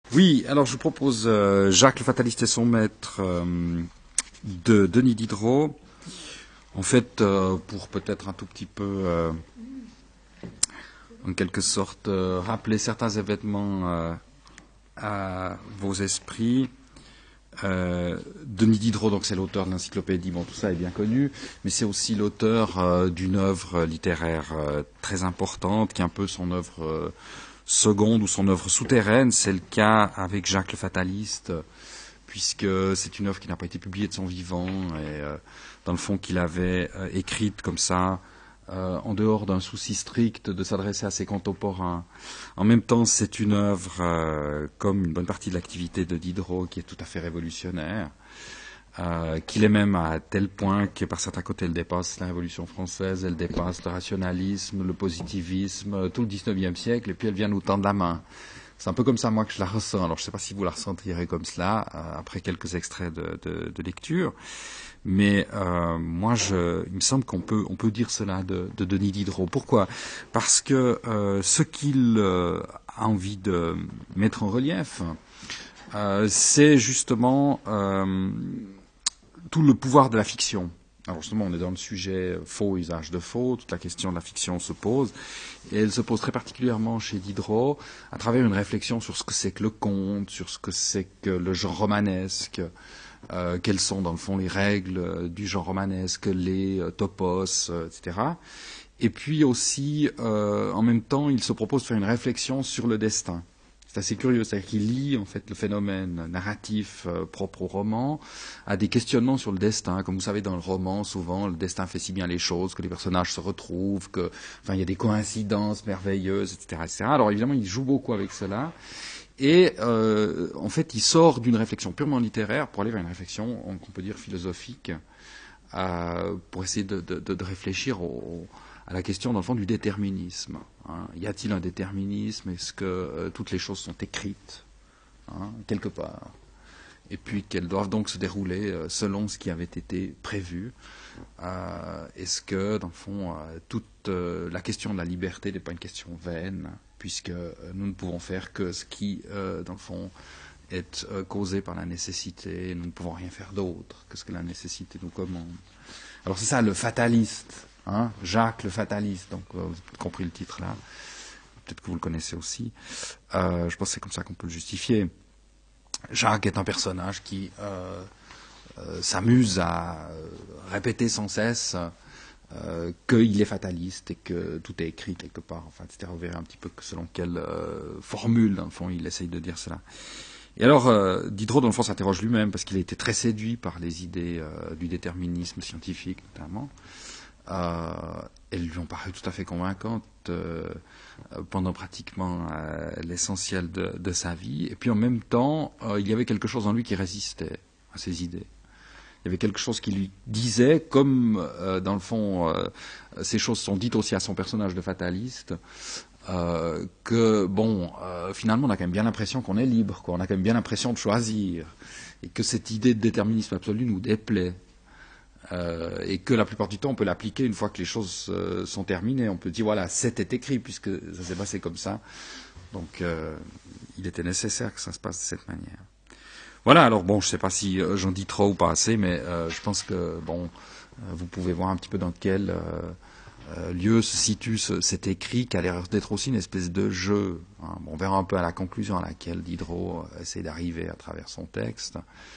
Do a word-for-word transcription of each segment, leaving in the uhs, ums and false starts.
Oui, alors je vous propose euh, Jacques le Fataliste et son maître euh, de Denis Diderot. En fait, euh, pour peut-être un tout petit peu, euh, en quelque sorte, euh, rappeler certains événements euh, à vos esprits. Euh, Denis Diderot, donc c'est l'auteur de l'encyclopédie, bon tout ça est bien connu, mais c'est aussi l'auteur euh, d'une œuvre littéraire euh, très importante, qui est un peu son œuvre euh, seconde ou son œuvre souterraine. C'est le cas avec Jacques le Fataliste, puisque c'est une œuvre qui n'a pas été publiée de son vivant, et euh, dans le fond qu'il avait euh, écrite comme ça, euh, en dehors d'un souci strict de s'adresser à ses contemporains. En même temps, c'est une œuvre, euh, comme une bonne partie de l'activité de Diderot, qui est tout à fait révolutionnaire, euh, qu'il est même à tel point que par certains côtés elle dépasse la Révolution française, elle dépasse le rationalisme, le positivisme, tout le dix-neuvième siècle, et puis elle vient nous tendre la main. C'est un peu comme ça, moi, que je la ressens. Alors, je ne sais pas si vous la ressentirez comme cela, euh, après quelques extraits de, de, de lecture. Mais euh, moi, je, il me semble qu'on peut, on peut dire cela de, de Denis Diderot. Pourquoi ? Parce que euh, ce qu'il euh, a envie de mettre en relief, euh, c'est justement euh, tout le pouvoir de la fiction. Alors justement, on est dans le sujet faux, usage de faux, toute la question de la fiction se pose, et elle se pose très particulièrement chez Diderot, à travers une réflexion sur ce que c'est que le conte, sur ce que c'est que le genre romanesque, euh, quelles sont dans le fond les règles du genre romanesque, les euh, topos, euh, et cetera. Et puis aussi, euh, en même temps, il se propose de faire une réflexion sur le destin. C'est assez curieux, c'est-à-dire qu'il lie en fait le phénomène narratif euh, propre au roman à des questionnements sur le destin. Comme vous savez, dans le roman, souvent, le destin fait si bien les choses que les personnages se retrouvent, que, enfin, il y a des coïncidences merveilleuses, et cetera, et cetera. Alors évidemment, il joue beaucoup avec cela. Et euh, en fait, il sort d'une réflexion purement littéraire pour aller vers une réflexion, on peut dire philosophique, euh, pour essayer de, de, de réfléchir au, à la question, dans le fond, du déterminisme. Hein. Y a-t-il un déterminisme ? Est-ce que euh, toutes les choses sont écrites, hein, quelque part, et puis qu'elles doivent donc se dérouler euh, selon ce qui avait été prévu ? euh, Est-ce que, dans le fond, euh, toute euh, la question de la liberté n'est pas une question vaine, puisque euh, nous ne pouvons faire que ce qui, euh, dans le fond, est euh, causé par la nécessité, nous ne pouvons rien faire d'autre que ce que la nécessité nous commande. Alors c'est ça, le fataliste. Hein, Jacques le Fataliste, donc euh, vous avez compris le titre là, peut-être que vous le connaissez aussi. Euh, je pense que c'est comme ça qu'on peut le justifier. Jacques est un personnage qui euh, euh, s'amuse à euh, répéter sans cesse euh, qu'il est fataliste et que tout est écrit quelque part, enfin, et cetera. Vous verrez un petit peu que selon quelle euh, formule, dans le fond, il essaye de dire cela. Et alors, euh, Diderot, dans le fond, s'interroge lui-même parce qu'il a été très séduit par les idées euh, du déterminisme scientifique, notamment. Euh, elles lui ont paru tout à fait convaincantes euh, pendant pratiquement euh, l'essentiel de, de sa vie. Et puis en même temps, euh, il y avait quelque chose en lui qui résistait à ces idées. Il y avait quelque chose qui lui disait, comme euh, dans le fond, euh, ces choses sont dites aussi à son personnage de fataliste, euh, que bon, euh, finalement, on a quand même bien l'impression qu'on est libre, quoi. On a quand même bien l'impression de choisir, et que cette idée de déterminisme absolu nous déplaît. Euh, et que la plupart du temps on peut l'appliquer une fois que les choses euh, sont terminées. On peut dire voilà, c'est écrit puisque ça s'est passé comme ça. Donc euh, il était nécessaire que ça se passe de cette manière. Voilà, alors bon, je ne sais pas si euh, j'en dis trop ou pas assez, mais euh, je pense que bon, euh, vous pouvez voir un petit peu dans quel euh, euh, lieu se situe ce, cet écrit qui a l'air d'être aussi une espèce de jeu. Hein. Bon, on verra un peu à la conclusion à laquelle Diderot essaie d'arriver à travers son texte.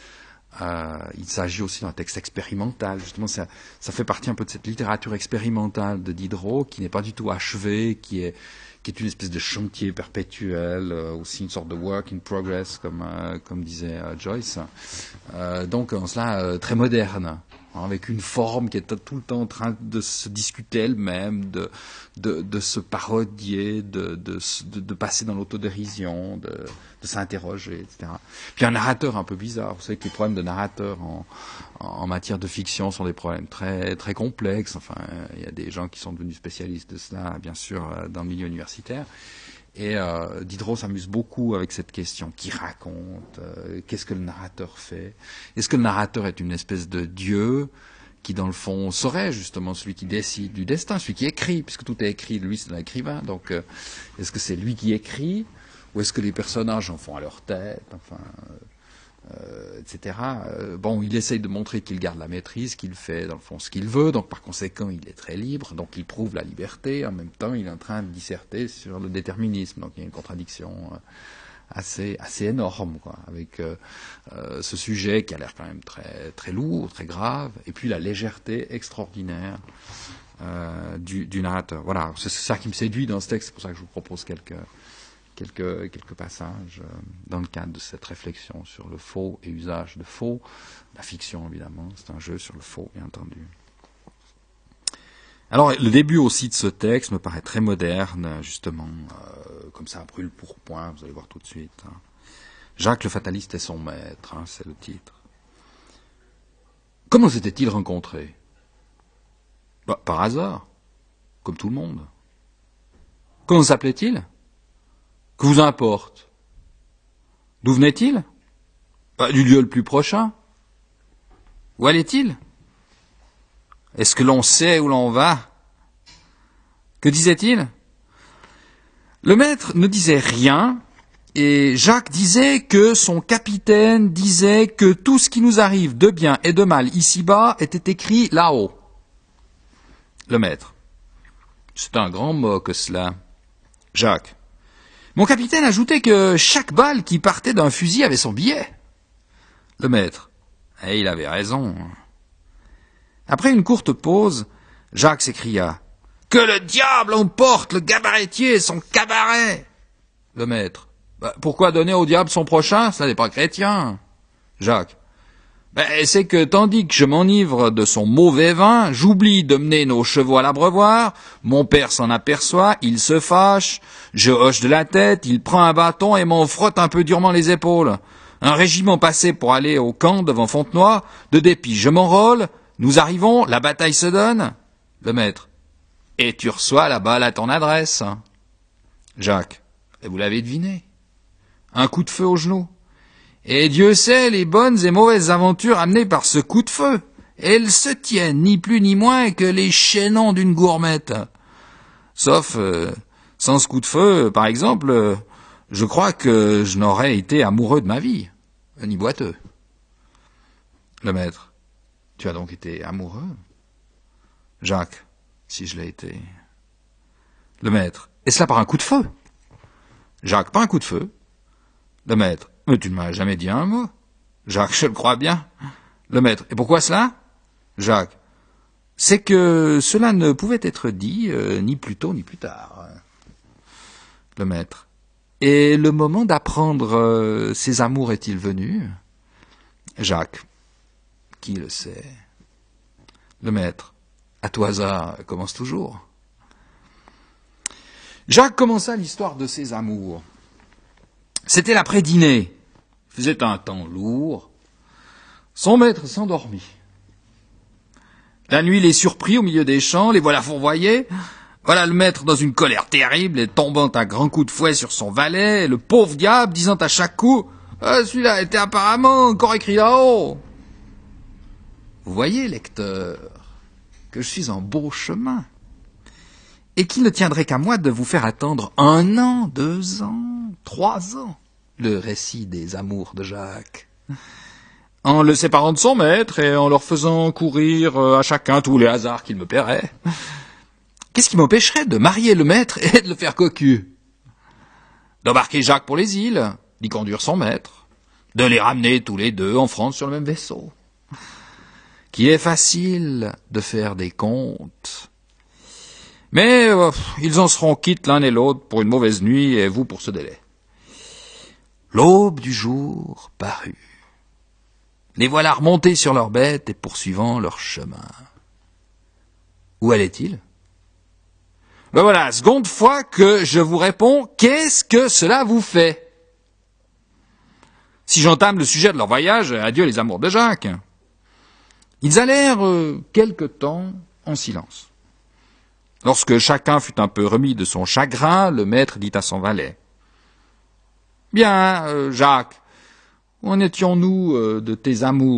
Euh, il s'agit aussi d'un texte expérimental. Justement, ça, ça fait partie un peu de cette littérature expérimentale de Diderot, qui n'est pas du tout achevée, qui est, qui est une espèce de chantier perpétuel, euh, aussi une sorte de work in progress, comme, euh, comme disait euh, Joyce. Euh, donc, en cela, euh, très moderne, hein, avec une forme qui est tout le temps en train de se discuter elle-même, de, de, de se parodier, de, de, de, de passer dans l'autodérision, de, de s'interroger, et cetera. Puis un narrateur un peu bizarre. Vous savez que les problèmes de narrateur en, en matière de fiction sont des problèmes très, très complexes. Enfin, il y a des gens qui sont devenus spécialistes de cela, bien sûr, dans le milieu universitaire. Et euh, Diderot s'amuse beaucoup avec cette question. Qui raconte euh, Qu'est-ce que le narrateur fait? Est-ce que le narrateur est une espèce de dieu qui, dans le fond, serait justement celui qui décide du destin, celui qui écrit, puisque tout est écrit, lui, c'est l'écrivain. Donc, euh, est-ce que c'est lui qui écrit? ou est-ce que les personnages en font à leur tête, enfin, euh, et cetera. Euh, bon, il essaye de montrer qu'il garde la maîtrise, qu'il fait dans le fond ce qu'il veut, donc par conséquent il est très libre, donc il prouve la liberté, en même temps il est en train de disserter sur le déterminisme, donc il y a une contradiction euh, assez assez énorme, quoi, avec euh, euh, ce sujet qui a l'air quand même très très lourd, très grave, et puis la légèreté extraordinaire euh, du, du narrateur. Voilà, c'est ça qui me séduit dans ce texte, c'est pour ça que je vous propose quelques quelques quelques passages euh, dans le cadre de cette réflexion sur le faux et usage de faux, la fiction évidemment, c'est un jeu sur le faux, bien entendu. Alors, le début aussi de ce texte me paraît très moderne, justement, euh, comme ça, brûle pourpoint, vous allez voir tout de suite. Hein. Jacques le fataliste est son maître, hein, c'est le titre. Comment s'était-il rencontré? Bah, par hasard, comme tout le monde. Comment s'appelait-il? Que vous importe? D'où venait-il? Bah, du lieu le plus prochain. Où allait-il? Est-ce que l'on sait où l'on va? Que disait-il? Le maître ne disait rien, et Jacques disait que son capitaine disait que tout ce qui nous arrive de bien et de mal ici-bas était écrit là-haut. Le maître. C'est un grand mot que cela. Jacques. Mon capitaine ajoutait que chaque balle qui partait d'un fusil avait son billet. Le maître. Et il avait raison. Après une courte pause, Jacques s'écria. Que le diable emporte le gabarettier et son cabaret. Le maître. Bah, pourquoi donner au diable son prochain? Ça n'est pas chrétien. Jacques. Bah, c'est que tandis que je m'enivre de son mauvais vin, j'oublie de mener nos chevaux à l'abreuvoir, mon père s'en aperçoit, il se fâche, je hoche de la tête, il prend un bâton et m'en frotte un peu durement les épaules. Un régiment passé pour aller au camp devant Fontenoy, de dépit je m'enrôle, nous arrivons, la bataille se donne. Le maître. Et tu reçois la balle à ton adresse. Jacques. Et vous l'avez deviné. Un coup de feu au genou. Et Dieu sait les bonnes et mauvaises aventures amenées par ce coup de feu. Elles se tiennent ni plus ni moins que les chaînons d'une gourmette. Sauf, euh, sans ce coup de feu, par exemple, euh, je crois que je n'aurais été amoureux de ma vie, ni boiteux. Le maître. Tu as donc été amoureux? Jacques. Si je l'ai été. Le maître. Et cela par un coup de feu? Jacques, par un coup de feu? Le maître. Mais tu ne m'as jamais dit un mot. Jacques, je le crois bien. Le maître. Et pourquoi cela? Jacques. C'est que cela ne pouvait être dit euh, ni plus tôt ni plus tard. Le maître. Et le moment d'apprendre euh, ses amours est-il venu? Jacques. Qui le sait? Le maître. À tout hasard, commence toujours. Jacques commença l'histoire de ses amours. C'était l'après-dîner. Il faisait un temps lourd. Son maître s'endormit. La nuit les surprit au milieu des champs, les voilà fourvoyés. Voilà le maître dans une colère terrible et tombant à grands coups de fouet sur son valet, le pauvre diable disant à chaque coup ah, « Celui-là était apparemment encore écrit là-haut !» Vous voyez, lecteur, que je suis en beau chemin, et qu'il ne tiendrait qu'à moi de vous faire attendre un an, deux ans, trois ans, le récit des amours de Jacques, en le séparant de son maître et en leur faisant courir à chacun tous les hasards qu'il me paierait. Qu'est-ce qui m'empêcherait de marier le maître et de le faire cocu? D'embarquer Jacques pour les îles, d'y conduire son maître, de les ramener tous les deux en France sur le même vaisseau. Qu'il est facile de faire des comptes. Mais euh, ils en seront quittes l'un et l'autre pour une mauvaise nuit et vous pour ce délai. L'aube du jour parut. Les voilà remontés sur leurs bêtes et poursuivant leur chemin. Où allait-il? Ben voilà, seconde fois que je vous réponds, qu'est-ce que cela vous fait? Si j'entame le sujet de leur voyage, adieu les amours de Jacques. Ils allèrent euh, quelque temps en silence. Lorsque chacun fut un peu remis de son chagrin, le maître dit à son valet. « Bien, euh, Jacques, où en étions-nous euh, de tes amours ?»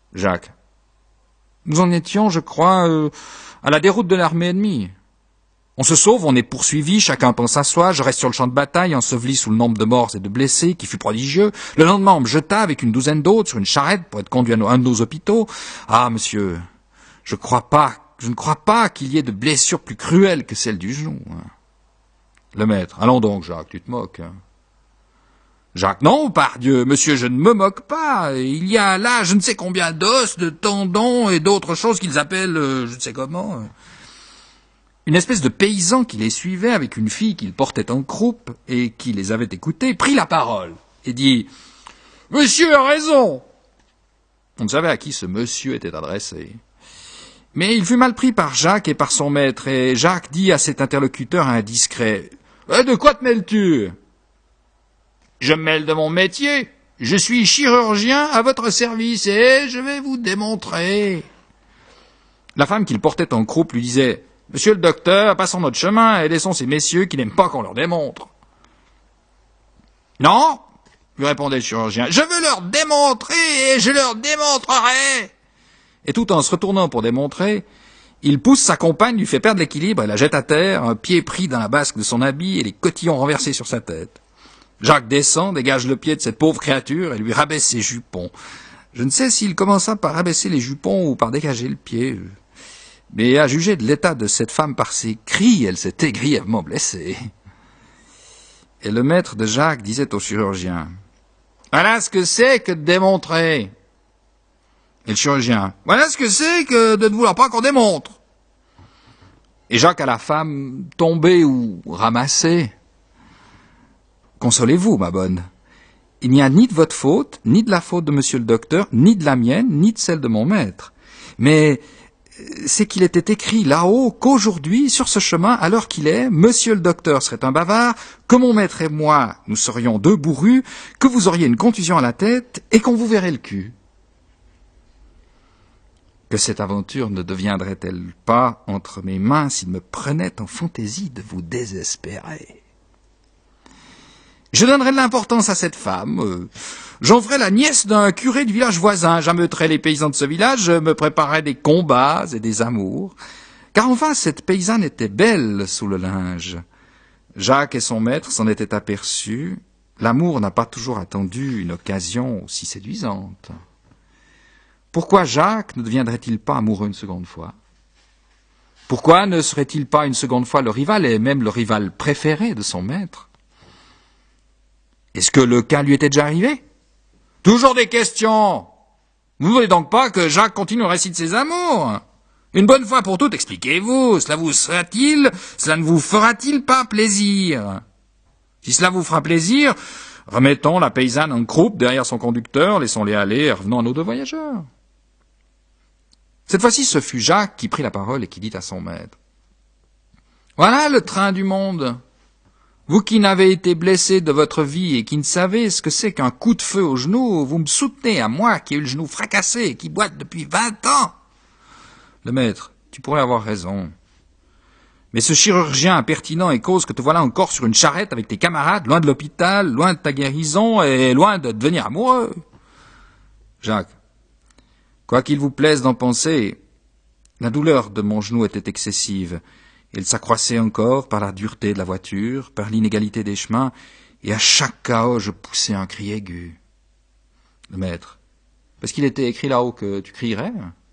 Jacques. « Nous en étions, je crois, euh, à la déroute de l'armée ennemie. » On se sauve, on est poursuivi, chacun pense à soi, je reste sur le champ de bataille, enseveli sous le nombre de morts et de blessés, qui fut prodigieux. Le lendemain, on me jeta avec une douzaine d'autres sur une charrette pour être conduit à un de nos hôpitaux. Ah, monsieur, je crois pas, je ne crois pas qu'il y ait de blessures plus cruelles que celle du genou. Le maître, allons donc, Jacques, tu te moques. Jacques, non, pardieu, monsieur, je ne me moque pas. Il y a là je ne sais combien d'os, de tendons et d'autres choses qu'ils appellent, euh, je ne sais comment. Une espèce de paysan qui les suivait avec une fille qu'il portait en croupe et qui les avait écoutés, prit la parole et dit « Monsieur a raison !» On ne savait à qui ce monsieur était adressé. Mais il fut mal pris par Jacques et par son maître, et Jacques dit à cet interlocuteur indiscret eh, « De quoi te mêles-tu ?»« Je me mêle de mon métier. Je suis chirurgien à votre service et je vais vous démontrer. » La femme qu'il portait en croupe lui disait « Monsieur le docteur, passons notre chemin et laissons ces messieurs qui n'aiment pas qu'on leur démontre. »« Non, » lui répondait le chirurgien, « je veux leur démontrer et je leur démontrerai. » Et tout en se retournant pour démontrer, il pousse sa compagne, lui fait perdre l'équilibre et la jette à terre, un pied pris dans la basque de son habit et les cotillons renversés sur sa tête. Jacques descend, dégage le pied de cette pauvre créature et lui rabaisse ses jupons. Je ne sais s'il commença par rabaisser les jupons ou par dégager le pied. Mais à juger de l'état de cette femme par ses cris, elle s'était grièvement blessée. Et le maître de Jacques disait au chirurgien « Voilà ce que c'est que de démontrer !» Et le chirurgien « Voilà ce que c'est que de ne vouloir pas qu'on démontre !» Et Jacques à la femme tombée ou ramassée. « Consolez-vous, ma bonne. Il n'y a ni de votre faute, ni de la faute de monsieur le docteur, ni de la mienne, ni de celle de mon maître. Mais c'est qu'il était écrit là-haut qu'aujourd'hui, sur ce chemin, à l'heure qu'il est, monsieur le docteur serait un bavard, que mon maître et moi, nous serions deux bourrus, que vous auriez une contusion à la tête et qu'on vous verrait le cul. Que cette aventure ne deviendrait-elle pas entre mes mains s'il me prenait en fantaisie de vous désespérer? Je donnerais de l'importance à cette femme. Euh, j'en ferais la nièce d'un curé du village voisin. J'ameuterais les paysans de ce village, je me préparerais des combats et des amours. Car enfin, cette paysanne était belle sous le linge. Jacques et son maître s'en étaient aperçus. L'amour n'a pas toujours attendu une occasion aussi séduisante. Pourquoi Jacques ne deviendrait-il pas amoureux une seconde fois? Pourquoi ne serait-il pas une seconde fois le rival, et même le rival préféré de son maître? Est-ce que le cas lui était déjà arrivé? Toujours des questions. Vous ne voulez donc pas que Jacques continue le récit de ses amours? Une bonne fois pour toutes, expliquez-vous. Cela vous sera-t-il, cela ne vous fera-t-il pas plaisir? Si cela vous fera plaisir, remettons la paysanne en croupe derrière son conducteur, laissons-les aller et revenons à nos deux voyageurs. Cette fois-ci, ce fut Jacques qui prit la parole et qui dit à son maître. Voilà le train du monde. Vous qui n'avez été blessé de votre vie et qui ne savez ce que c'est qu'un coup de feu au genou, vous me soutenez à moi qui ai eu le genou fracassé et qui boite depuis vingt ans. Le maître, tu pourrais avoir raison. Mais ce chirurgien impertinent est cause que te voilà encore sur une charrette avec tes camarades, loin de l'hôpital, loin de ta guérison et loin de devenir amoureux. Jacques, quoi qu'il vous plaise d'en penser, la douleur de mon genou était excessive. Elle s'accroissait encore par la dureté de la voiture, par l'inégalité des chemins, et à chaque chaos je poussais un cri aigu. Le maître, parce qu'il était écrit là-haut que tu crierais?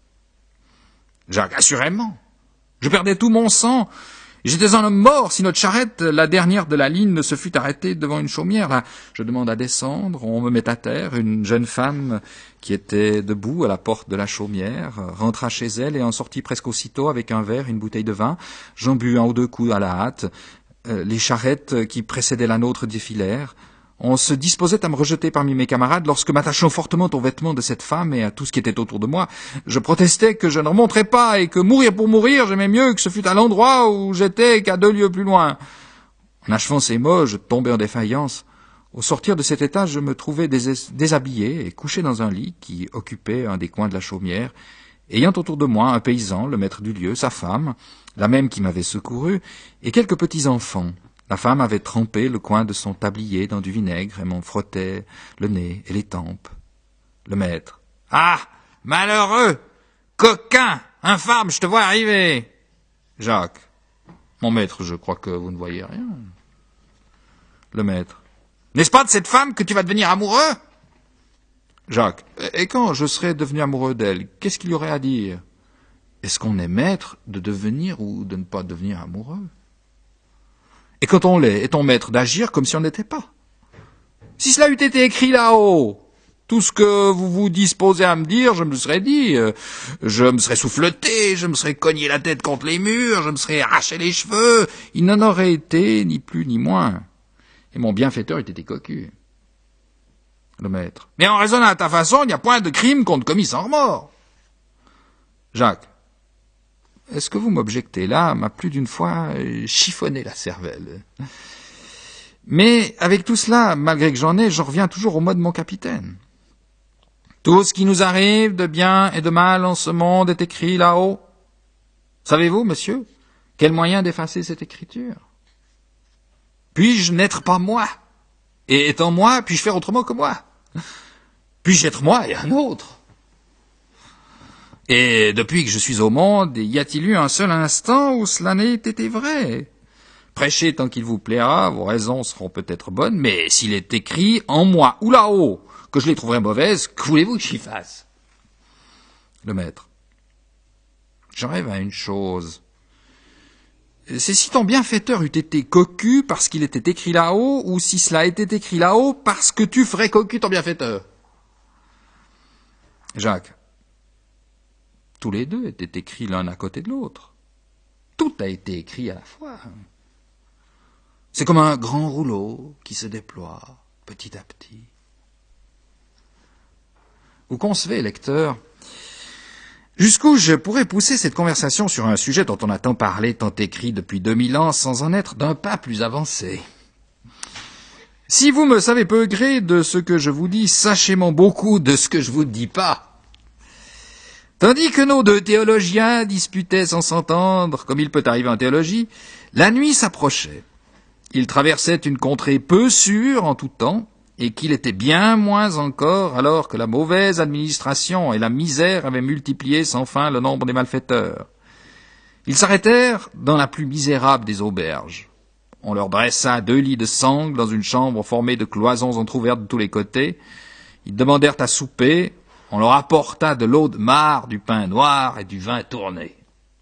Jacques, assurément. Je perdais tout mon sang. J'étais un homme mort si notre charrette, la dernière de la ligne, ne se fût arrêtée devant une chaumière. Là, je demande à descendre, on me met à terre. Une jeune femme qui était debout à la porte de la chaumière rentra chez elle et en sortit presque aussitôt avec un verre et une bouteille de vin. J'en bus un ou deux coups à la hâte. Euh, les charrettes qui précédaient la nôtre défilèrent. On se disposait à me rejeter parmi mes camarades lorsque, m'attachant fortement aux vêtements de cette femme et à tout ce qui était autour de moi, je protestais que je ne remonterais pas et que mourir pour mourir, j'aimais mieux que ce fût à l'endroit où j'étais qu'à deux lieues plus loin. En achevant ces mots, je tombais en défaillance. Au sortir de cet état, je me trouvais dés- déshabillé et couché dans un lit qui occupait un des coins de la chaumière, ayant autour de moi un paysan, le maître du lieu, sa femme, la même qui m'avait secouru, et quelques petits enfants. La femme avait trempé le coin de son tablier dans du vinaigre et m'en frottait le nez et les tempes. Le maître. « Ah, malheureux, coquin, infâme, je te vois arriver. » Jacques. « Mon maître, je crois que vous ne voyez rien. Le maître. N'est-ce pas de cette femme que tu vas devenir amoureux? Jacques. Et quand je serai devenu amoureux d'elle, qu'est-ce qu'il y aurait à dire? Est-ce qu'on est maître de devenir ou de ne pas devenir amoureux? Et quand on l'est, est-on maître d'agir comme si on n'était pas? Si cela eût été écrit là-haut, tout ce que vous vous disposez à me dire, je me le serais dit, euh, je me serais souffleté, je me serais cogné la tête contre les murs, je me serais arraché les cheveux, il n'en aurait été ni plus ni moins. Et mon bienfaiteur eût été cocu. Le maître. Mais en raisonnant à ta façon, il n'y a point de crime qu'on ne commis sans remords. Jacques. Est-ce que vous m'objectez là, m'a plus d'une fois chiffonné la cervelle. Mais avec tout cela, malgré que j'en ai, j'en reviens toujours au mot de mon capitaine. Tout ce qui nous arrive de bien et de mal en ce monde est écrit là-haut. Savez-vous, monsieur, quel moyen d'effacer cette écriture? Puis-je n'être pas moi? Et étant moi, puis-je faire autrement que moi? Puis-je être moi et un autre? Et depuis que je suis au monde, y a-t-il eu un seul instant où cela n'ait été vrai? Prêchez tant qu'il vous plaira, vos raisons seront peut-être bonnes, mais s'il est écrit en moi ou là-haut que je les trouverai mauvaises, que voulez-vous que j'y fasse? Le maître. J'en rêve à une chose. C'est si ton bienfaiteur eût été cocu parce qu'il était écrit là-haut, ou si cela était écrit là-haut parce que tu ferais cocu ton bienfaiteur. Jacques. Tous les deux étaient écrits l'un à côté de l'autre. Tout a été écrit à la fois. C'est comme un grand rouleau qui se déploie petit à petit. Vous concevez, lecteur, jusqu'où je pourrais pousser cette conversation sur un sujet dont on a tant parlé, tant écrit depuis deux mille ans, sans en être d'un pas plus avancé. Si vous me savez peu gré de ce que je vous dis, sachez-moi beaucoup de ce que je vous dis pas. Tandis que nos deux théologiens disputaient sans s'entendre, comme il peut arriver en théologie, la nuit s'approchait. Ils traversaient une contrée peu sûre en tout temps, et qu'il était bien moins encore alors que la mauvaise administration et la misère avaient multiplié sans fin le nombre des malfaiteurs. Ils s'arrêtèrent dans la plus misérable des auberges. On leur dressa deux lits de sangle dans une chambre formée de cloisons entr'ouvertes de tous les côtés. Ils demandèrent à souper. On leur apporta de l'eau de marc, du pain noir et du vin tourné.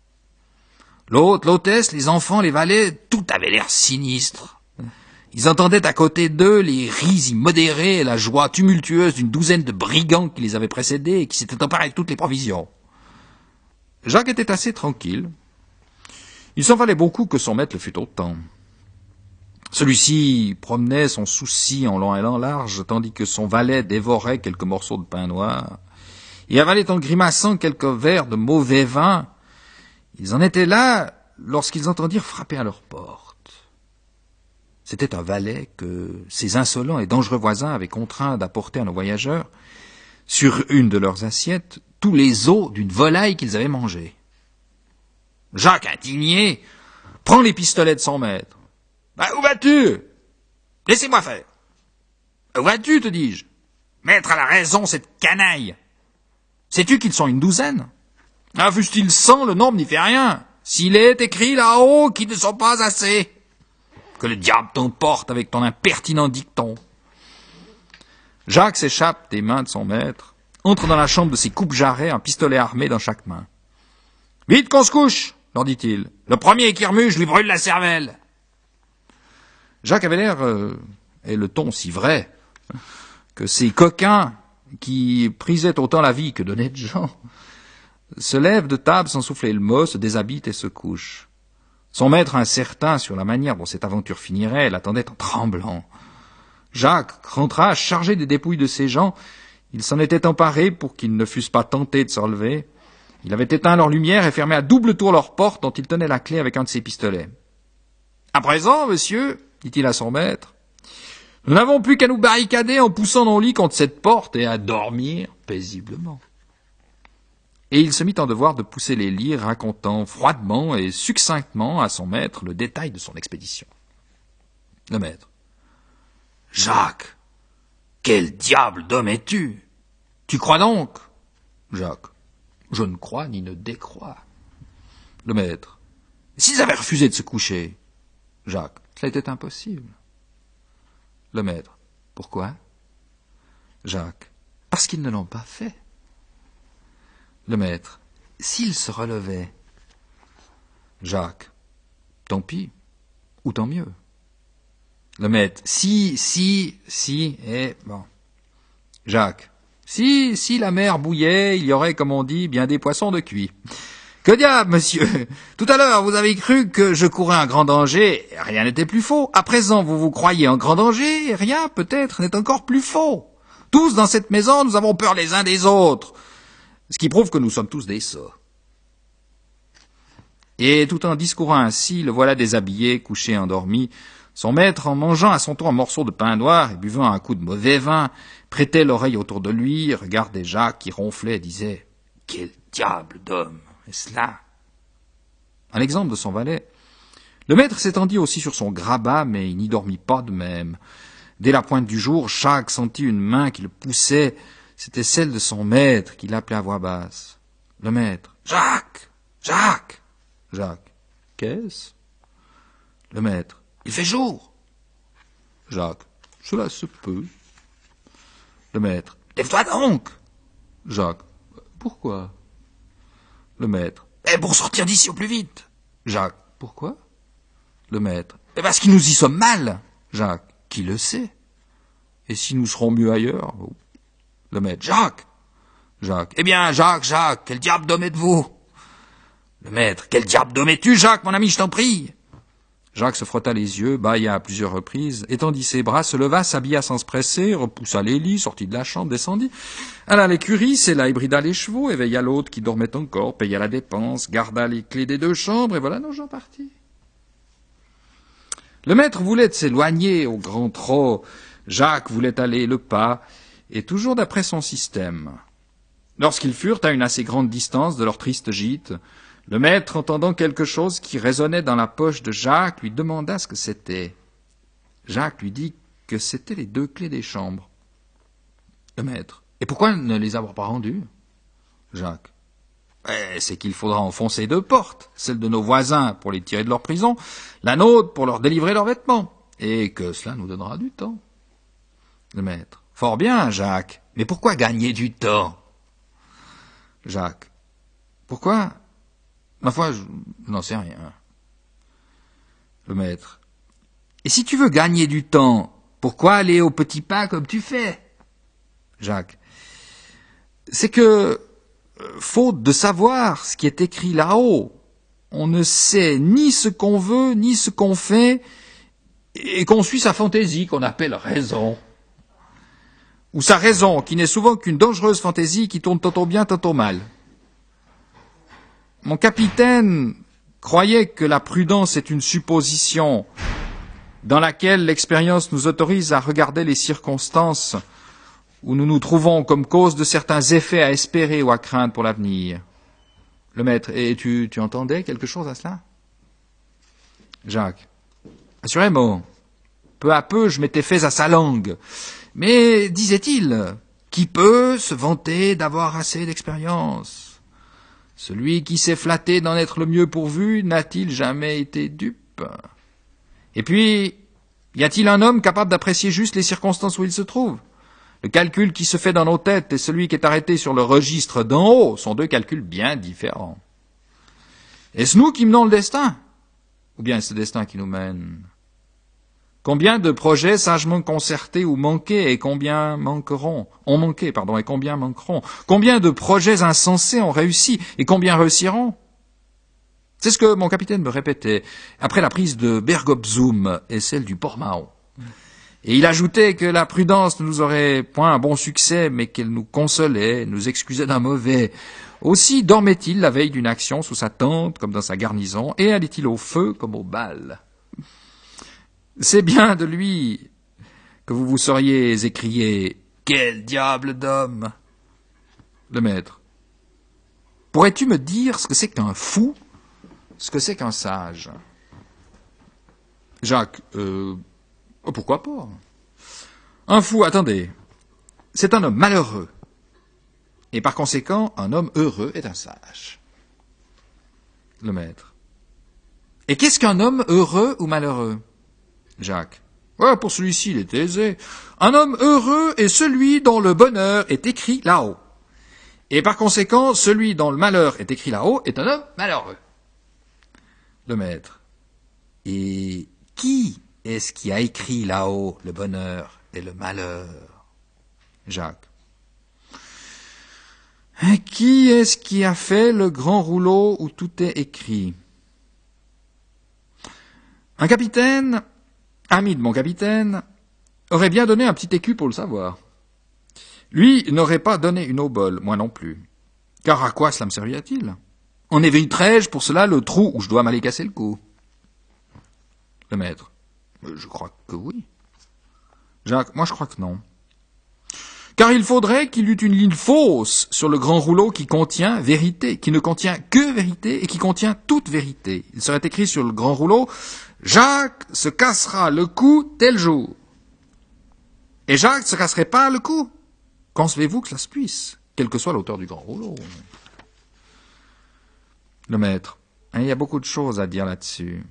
L'hôte, l'hôtesse, les enfants, les valets, tout avait l'air sinistre. Ils entendaient à côté d'eux les rires immodérés et la joie tumultueuse d'une douzaine de brigands qui les avaient précédés et qui s'étaient emparés de toutes les provisions. Jacques était assez tranquille. Il s'en fallait beaucoup que son maître le fût autant. Celui-ci promenait son souci en long et en large, tandis que son valet dévorait quelques morceaux de pain noir et avalait en grimaçant quelques verres de mauvais vin. Ils en étaient là lorsqu'ils entendirent frapper à leur porte. C'était un valet que ces insolents et dangereux voisins avaient contraint d'apporter à nos voyageurs, sur une de leurs assiettes, tous les os d'une volaille qu'ils avaient mangée. Jacques, indigné, prend les pistolets de son maître. Ben, où vas-tu? Laissez-moi faire. Où vas-tu, te dis-je? Mettre à la raison cette canaille. Sais-tu qu'ils sont une douzaine? Ah, fût-il cent, le nombre n'y fait rien. S'il est écrit là-haut qu'ils ne sont pas assez. Que le diable t'emporte avec ton impertinent dicton. Jacques s'échappe des mains de son maître, entre dans la chambre de ses coupes-jarrets, un pistolet armé dans chaque main. Vite qu'on se couche, leur dit-il. Le premier qui remue, je lui brûle la cervelle. Jacques avait l'air, euh, et le ton si vrai, que ces coquins qui prisaient autant la vie que d'honnêtes gens se lèvent de table sans souffler le mot, se déshabitent et se couchent. Son maître, incertain sur la manière dont cette aventure finirait, l'attendait en tremblant. Jacques rentra chargé des dépouilles de ses gens. Il s'en était emparé pour qu'ils ne fussent pas tentés de se relever. Il avait éteint leur lumière et fermé à double tour leur porte dont il tenait la clé avec un de ses pistolets. « À présent, monsieur, dit-il à son maître, nous n'avons plus qu'à nous barricader en poussant nos lits contre cette porte et à dormir paisiblement. » Et il se mit en devoir de pousser les lits, racontant froidement et succinctement à son maître le détail de son expédition. Le maître. « Jacques, quel diable d'homme es-tu? Tu crois donc? » Jacques. « Je ne crois ni ne décrois. » Le maître. « S'ils avaient refusé de se coucher, Jacques, cela était impossible. Le maître, pourquoi? Jacques, parce qu'ils ne l'ont pas fait. Le maître, s'ils se relevaient. Jacques, tant pis, ou tant mieux. Le maître, si, si, si, et bon. Jacques, si, si la mer bouillait, il y aurait, comme on dit, bien des poissons de cuit. Que diable, monsieur! Tout à l'heure, vous avez cru que je courais un grand danger, rien n'était plus faux. À présent, vous vous croyez en grand danger, rien, peut-être, n'est encore plus faux. Tous dans cette maison, nous avons peur les uns des autres. Ce qui prouve que nous sommes tous des sots. Et tout en discourant ainsi, le voilà déshabillé, couché, endormi. Son maître, en mangeant à son tour un morceau de pain noir et buvant un coup de mauvais vin, prêtait l'oreille autour de lui, regardait Jacques qui ronflait et disait « Quel diable d'homme est-ce là ?» À l'exemple de son valet, le maître s'étendit aussi sur son grabat, mais il n'y dormit pas de même. Dès la pointe du jour, Jacques sentit une main qui le poussait. C'était celle de son maître qui l'appelait à voix basse. Le maître. « Jacques! Jacques !» Jacques. « Qu'est-ce ?» Le maître. « Il fait jour !» Jacques. « Cela se peut. » Le maître. « Lève-toi donc !» Jacques. « Pourquoi ?» Le maître. « Eh, pour sortir d'ici au plus vite !» Jacques. « Pourquoi ?» Le maître. « Eh, parce que nous y sommes mal !» Jacques. « Qui le sait ? Et si nous serons mieux ailleurs ?» Le maître. « Jacques !» Jacques. « Eh bien, Jacques, Jacques, quel diable d'homme êtes-vous ?» Le maître. « Quel diable d'homme es-tu, Jacques, mon ami, je t'en prie !» Jacques se frotta les yeux, bâilla à plusieurs reprises, étendit ses bras, se leva, s'habilla sans se presser, repoussa les lits, sortit de la chambre, descendit, alla à l'écurie, s'éla et brida les chevaux, éveilla l'autre qui dormait encore, paya la dépense, garda les clés des deux chambres, et voilà nos gens partis. Le maître voulait s'éloigner au grand trot, Jacques voulait aller le pas, et toujours d'après son système. Lorsqu'ils furent à une assez grande distance de leur triste gîte, le maître, entendant quelque chose qui résonnait dans la poche de Jacques, lui demanda ce que c'était. Jacques lui dit que c'était les deux clés des chambres. Le maître. Et pourquoi ne les avoir pas rendues? Jacques. Eh, c'est qu'il faudra enfoncer deux portes, celle de nos voisins pour les tirer de leur prison, la nôtre pour leur délivrer leurs vêtements, et que cela nous donnera du temps. Le maître. Fort bien, Jacques, mais pourquoi gagner du temps? Jacques. Pourquoi? Ma foi, je n'en sais rien. Le maître. Et si tu veux gagner du temps, pourquoi aller au petit pas comme tu fais? Jacques. C'est que, faute de savoir ce qui est écrit là-haut, on ne sait ni ce qu'on veut, ni ce qu'on fait, et qu'on suit sa fantaisie qu'on appelle raison. Ou sa raison, qui n'est souvent qu'une dangereuse fantaisie qui tourne tantôt bien, tantôt mal. Mon capitaine croyait que la prudence est une supposition dans laquelle l'expérience nous autorise à regarder les circonstances où nous nous trouvons comme cause de certains effets à espérer ou à craindre pour l'avenir. Le maître, et tu, tu entendais quelque chose à cela? Jacques, assurément, peu à peu je m'étais fait à sa langue, mais, disait-il, qui peut se vanter d'avoir assez d'expérience? Celui qui s'est flatté d'en être le mieux pourvu n'a-t-il jamais été dupe? Et puis, y a-t-il un homme capable d'apprécier juste les circonstances où il se trouve? Le calcul qui se fait dans nos têtes et celui qui est arrêté sur le registre d'en haut sont deux calculs bien différents. Est-ce nous qui menons le destin? Ou bien est-ce le destin qui nous mène? Combien de projets sagement concertés ou manqués et combien manqueront, ont manqué, pardon, et combien manqueront? Combien de projets insensés ont réussi et combien réussiront? C'est ce que mon capitaine me répétait après la prise de Berg-op-Zoom et celle du Port-Mahon. Et il ajoutait que la prudence ne nous aurait point un bon succès, mais qu'elle nous consolait, nous excusait d'un mauvais. Aussi dormait-il la veille d'une action sous sa tente comme dans sa garnison, et allait-il au feu comme au bal. C'est bien de lui que vous vous seriez écrié « Quel diable d'homme !» Le maître. Pourrais-tu me dire ce que c'est qu'un fou, ce que c'est qu'un sage? Jacques. Euh, oh, pourquoi pas? Un fou, attendez, c'est un homme malheureux. Et par conséquent, un homme heureux est un sage. Le maître. Et qu'est-ce qu'un homme heureux ou malheureux? Jacques. Ouais, pour celui-ci, il est aisé. Un homme heureux est celui dont le bonheur est écrit là-haut. Et par conséquent, celui dont le malheur est écrit là-haut est un homme malheureux. Le maître. Et qui est-ce qui a écrit là-haut le bonheur et le malheur? Jacques. Et qui est-ce qui a fait le grand rouleau où tout est écrit? Un capitaine, ami de mon capitaine, aurait bien donné un petit écu pour le savoir. Lui n'aurait pas donné une obole, moi non plus. Car à quoi cela me servirait-il? En éviterais-je pour cela le trou où je dois m'aller casser le cou? Le maître. Je crois que oui. Jacques, moi je crois que non. Car il faudrait qu'il y eût une ligne fausse sur le grand rouleau qui contient vérité, qui ne contient que vérité et qui contient toute vérité. Il serait écrit sur le grand rouleau, Jacques se cassera le cou tel jour. Et Jacques ne se casserait pas le cou. Concevez-vous que cela se puisse, quelle que soit l'auteur du grand rouleau? Le maître. Il y a beaucoup de choses à dire là-dessus.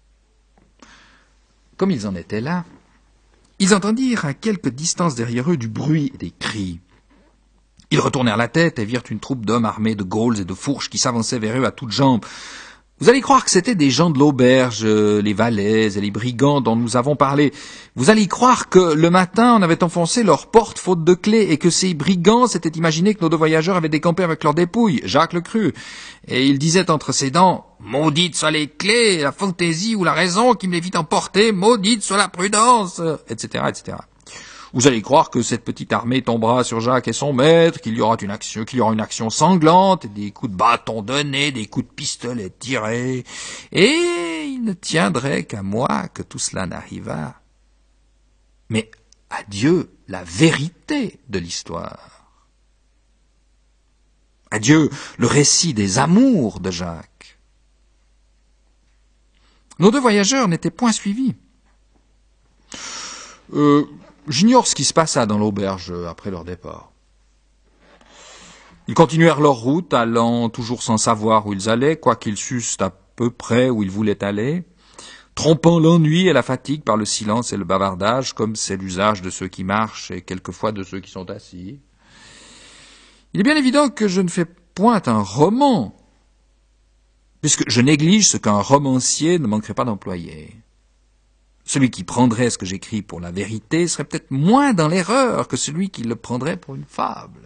Comme ils en étaient là, ils entendirent à quelque distance derrière eux du bruit et des cris. Ils retournèrent la tête et virent une troupe d'hommes armés de gaules et de fourches qui s'avançaient vers eux à toutes jambes. Vous allez croire que c'étaient des gens de l'auberge, les valets et les brigands dont nous avons parlé. Vous allez croire que le matin on avait enfoncé leur porte faute de clé et que ces brigands s'étaient imaginé que nos deux voyageurs avaient décampé avec leurs dépouilles. Jacques le crut. Et il disait entre ses dents, « Maudite soit les clés, la fantaisie ou la raison qui me les fit emporter, maudite soit la prudence » et cetera, et cetera. Vous allez croire que cette petite armée tombera sur Jacques et son maître, qu'il y aura une action, qu'il y aura une action sanglante, des coups de bâton donnés, des coups de pistolet tirés, et il ne tiendrait qu'à moi que tout cela n'arrivât. Mais à Dieu la vérité de l'histoire. À Dieu le récit des amours de Jacques. Nos deux voyageurs n'étaient point suivis. Euh, J'ignore ce qui se passa dans l'auberge après leur départ. Ils continuèrent leur route, allant toujours sans savoir où ils allaient, quoiqu'ils sussent à peu près où ils voulaient aller, trompant l'ennui et la fatigue par le silence et le bavardage, comme c'est l'usage de ceux qui marchent et quelquefois de ceux qui sont assis. Il est bien évident que je ne fais point un roman, puisque je néglige ce qu'un romancier ne manquerait pas d'employer. Celui qui prendrait ce que j'écris pour la vérité serait peut-être moins dans l'erreur que celui qui le prendrait pour une fable.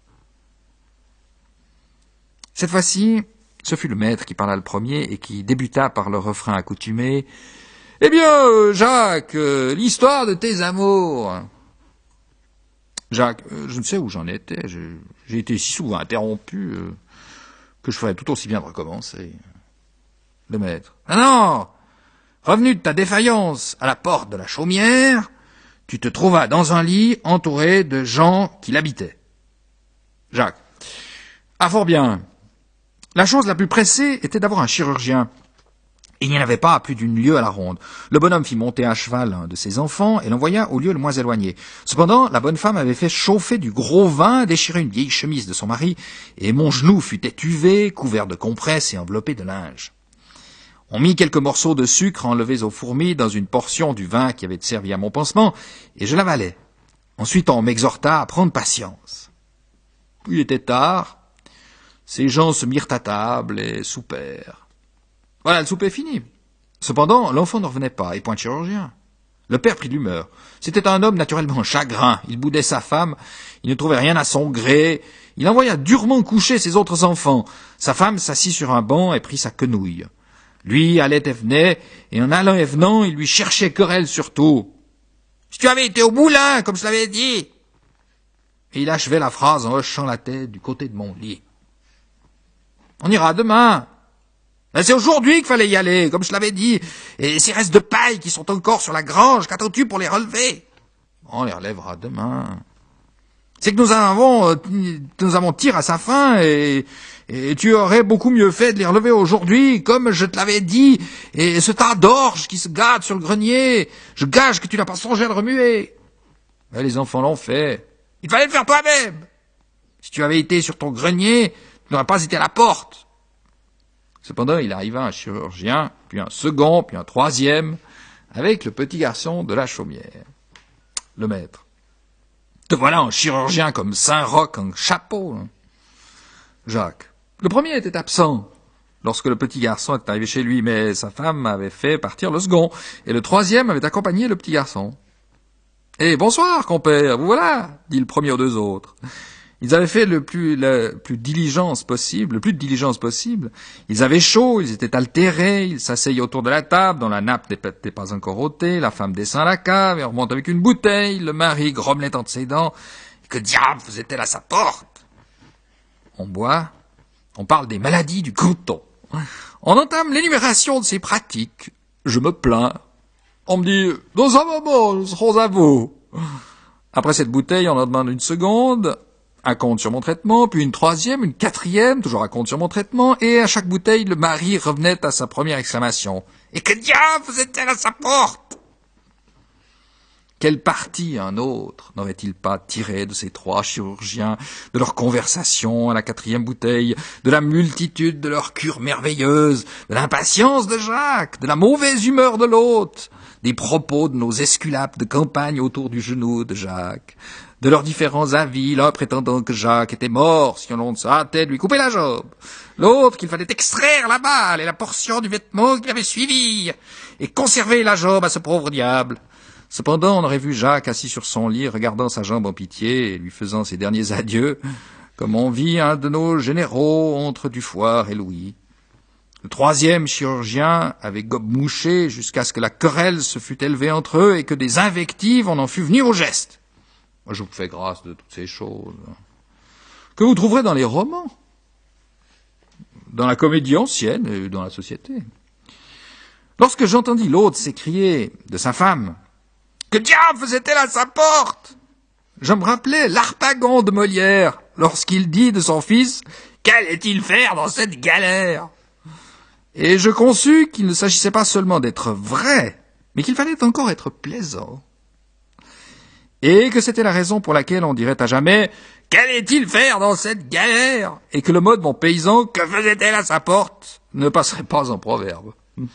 Cette fois-ci, ce fut le maître qui parla le premier et qui débuta par le refrain accoutumé. « Eh bien, euh, Jacques, euh, l'histoire de tes amours !» Jacques, euh, je ne sais où j'en étais. Je, j'ai été si souvent interrompu euh, que je ferais tout aussi bien de recommencer. Le maître. « Ah non ! Revenu de ta défaillance à la porte de la chaumière, tu te trouvas dans un lit entouré de gens qui l'habitaient. » Jacques. Ah, fort bien. La chose la plus pressée était d'avoir un chirurgien. Il n'y en avait pas à plus d'une lieue à la ronde. Le bonhomme fit monter à cheval un de ses enfants et l'envoya au lieu le moins éloigné. Cependant, la bonne femme avait fait chauffer du gros vin, déchiré une vieille chemise de son mari, et mon genou fut étuvé, couvert de compresses et enveloppé de linge. On mit quelques morceaux de sucre enlevés aux fourmis dans une portion du vin qui avait servi à mon pansement, et je l'avalai. Ensuite, on m'exhorta à prendre patience. Il était tard. Ces gens se mirent à table et soupèrent. Voilà, le souper fini. Cependant, l'enfant ne revenait pas, et point de chirurgien. Le père prit de l'humeur. C'était un homme naturellement chagrin. Il boudait sa femme, il ne trouvait rien à son gré. Il envoya durement coucher ses autres enfants. Sa femme s'assit sur un banc et prit sa quenouille. Lui allait et venait, et en allant et venant, il lui cherchait querelle surtout. « Si tu avais été au moulin, comme je l'avais dit !» Et il achevait la phrase en hochant la tête du côté de mon lit. « On ira demain. Ben, c'est aujourd'hui qu'il fallait y aller, comme je l'avais dit. Et ces restes de paille qui sont encore sur la grange, qu'attends-tu pour les relever ?»« On les relèvera demain. C'est que nous avons, nous avons tir à sa fin, et... Et tu aurais beaucoup mieux fait de les relever aujourd'hui, comme je te l'avais dit, et ce tas d'orge qui se gâte sur le grenier, je gage que tu n'as pas songé à le remuer. Mais les enfants l'ont fait. Il fallait le faire toi-même. Si tu avais été sur ton grenier, tu n'aurais pas été à la porte. Cependant, il arriva un chirurgien, puis un second, puis un troisième, avec le petit garçon de la chaumière. Le maître. Te voilà un chirurgien comme Saint-Roch en chapeau. Hein. Jacques. Le premier était absent lorsque le petit garçon était arrivé chez lui, mais sa femme avait fait partir le second, et le troisième avait accompagné le petit garçon. « Eh, bonsoir, compère, vous voilà !» dit le premier aux deux autres. Ils avaient fait le plus, le plus diligence possible, le plus de diligence possible. Ils avaient chaud, ils étaient altérés, ils s'asseyaient autour de la table, dont la nappe n'était pas encore ôtée, la femme descend à la cave et remonte avec une bouteille, le mari grommelait entre ses dents. Que diable faisait-elle à sa porte? On boit, on parle des maladies du canton. On entame l'énumération de ses pratiques. Je me plains. On me dit, dans un moment, nous serons à vous. Après cette bouteille, on en demande une seconde, un compte sur mon traitement, puis une troisième, une quatrième, toujours un compte sur mon traitement, et à chaque bouteille, le mari revenait à sa première exclamation. Et que diable faisait-elle à sa porte? Quel parti un autre n'aurait-il pas tiré de ces trois chirurgiens, de leur conversation à la quatrième bouteille, de la multitude de leurs cures merveilleuses, de l'impatience de Jacques, de la mauvaise humeur de l'hôte, des propos de nos esculapes de campagne autour du genou de Jacques, de leurs différents avis, l'un prétendant que Jacques était mort si on se hâtait de lui couper la jambe, l'autre qu'il fallait extraire la balle et la portion du vêtement qui avait suivi, et conserver la jambe à ce pauvre diable. Cependant, on aurait vu Jacques assis sur son lit, regardant sa jambe en pitié et lui faisant ses derniers adieux, comme on vit un de nos généraux entre Dufouard et Louis. Le troisième chirurgien avait gobe-mouché jusqu'à ce que la querelle se fût élevée entre eux et que des invectives on en fût venu au geste. Moi, je vous fais grâce de toutes ces choses que vous trouverez dans les romans, dans la comédie ancienne et dans la société. Lorsque j'entendis l'autre s'écrier de sa femme, « Que diable faisait-elle à sa porte ?» Je me rappelais l'Harpagon de Molière, lorsqu'il dit de son fils, « Qu'allait-il faire dans cette galère ?» Et je conçus qu'il ne s'agissait pas seulement d'être vrai, mais qu'il fallait encore être plaisant. Et que c'était la raison pour laquelle on dirait à jamais « Qu'allait-il faire dans cette galère ?» et que le mot de mon paysan « Que faisait-elle à sa porte ?» ne passerait pas en proverbe.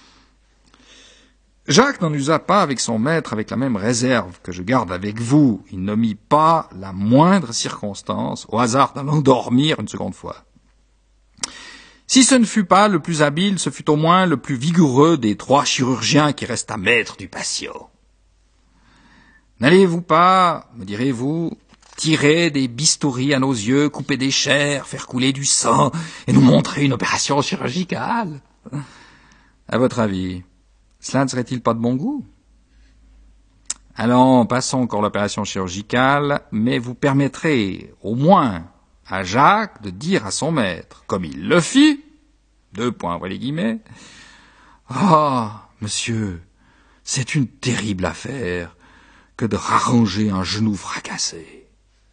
Jacques n'en usa pas avec son maître avec la même réserve que je garde avec vous. Il ne mit pas la moindre circonstance au hasard d'en dormir une seconde fois. Si ce ne fut pas le plus habile, ce fut au moins le plus vigoureux des trois chirurgiens qui resta maître du patient. N'allez-vous pas, me direz-vous, tirer des bistouris à nos yeux, couper des chairs, faire couler du sang et nous montrer une opération chirurgicale? À votre avis, cela ne serait-il pas de bon goût? Allons, passons encore l'opération chirurgicale, mais vous permettrez au moins à Jacques de dire à son maître, comme il le fit, deux points, voilà les guillemets, « Ah, monsieur, c'est une terrible affaire que de rarranger un genou fracassé. »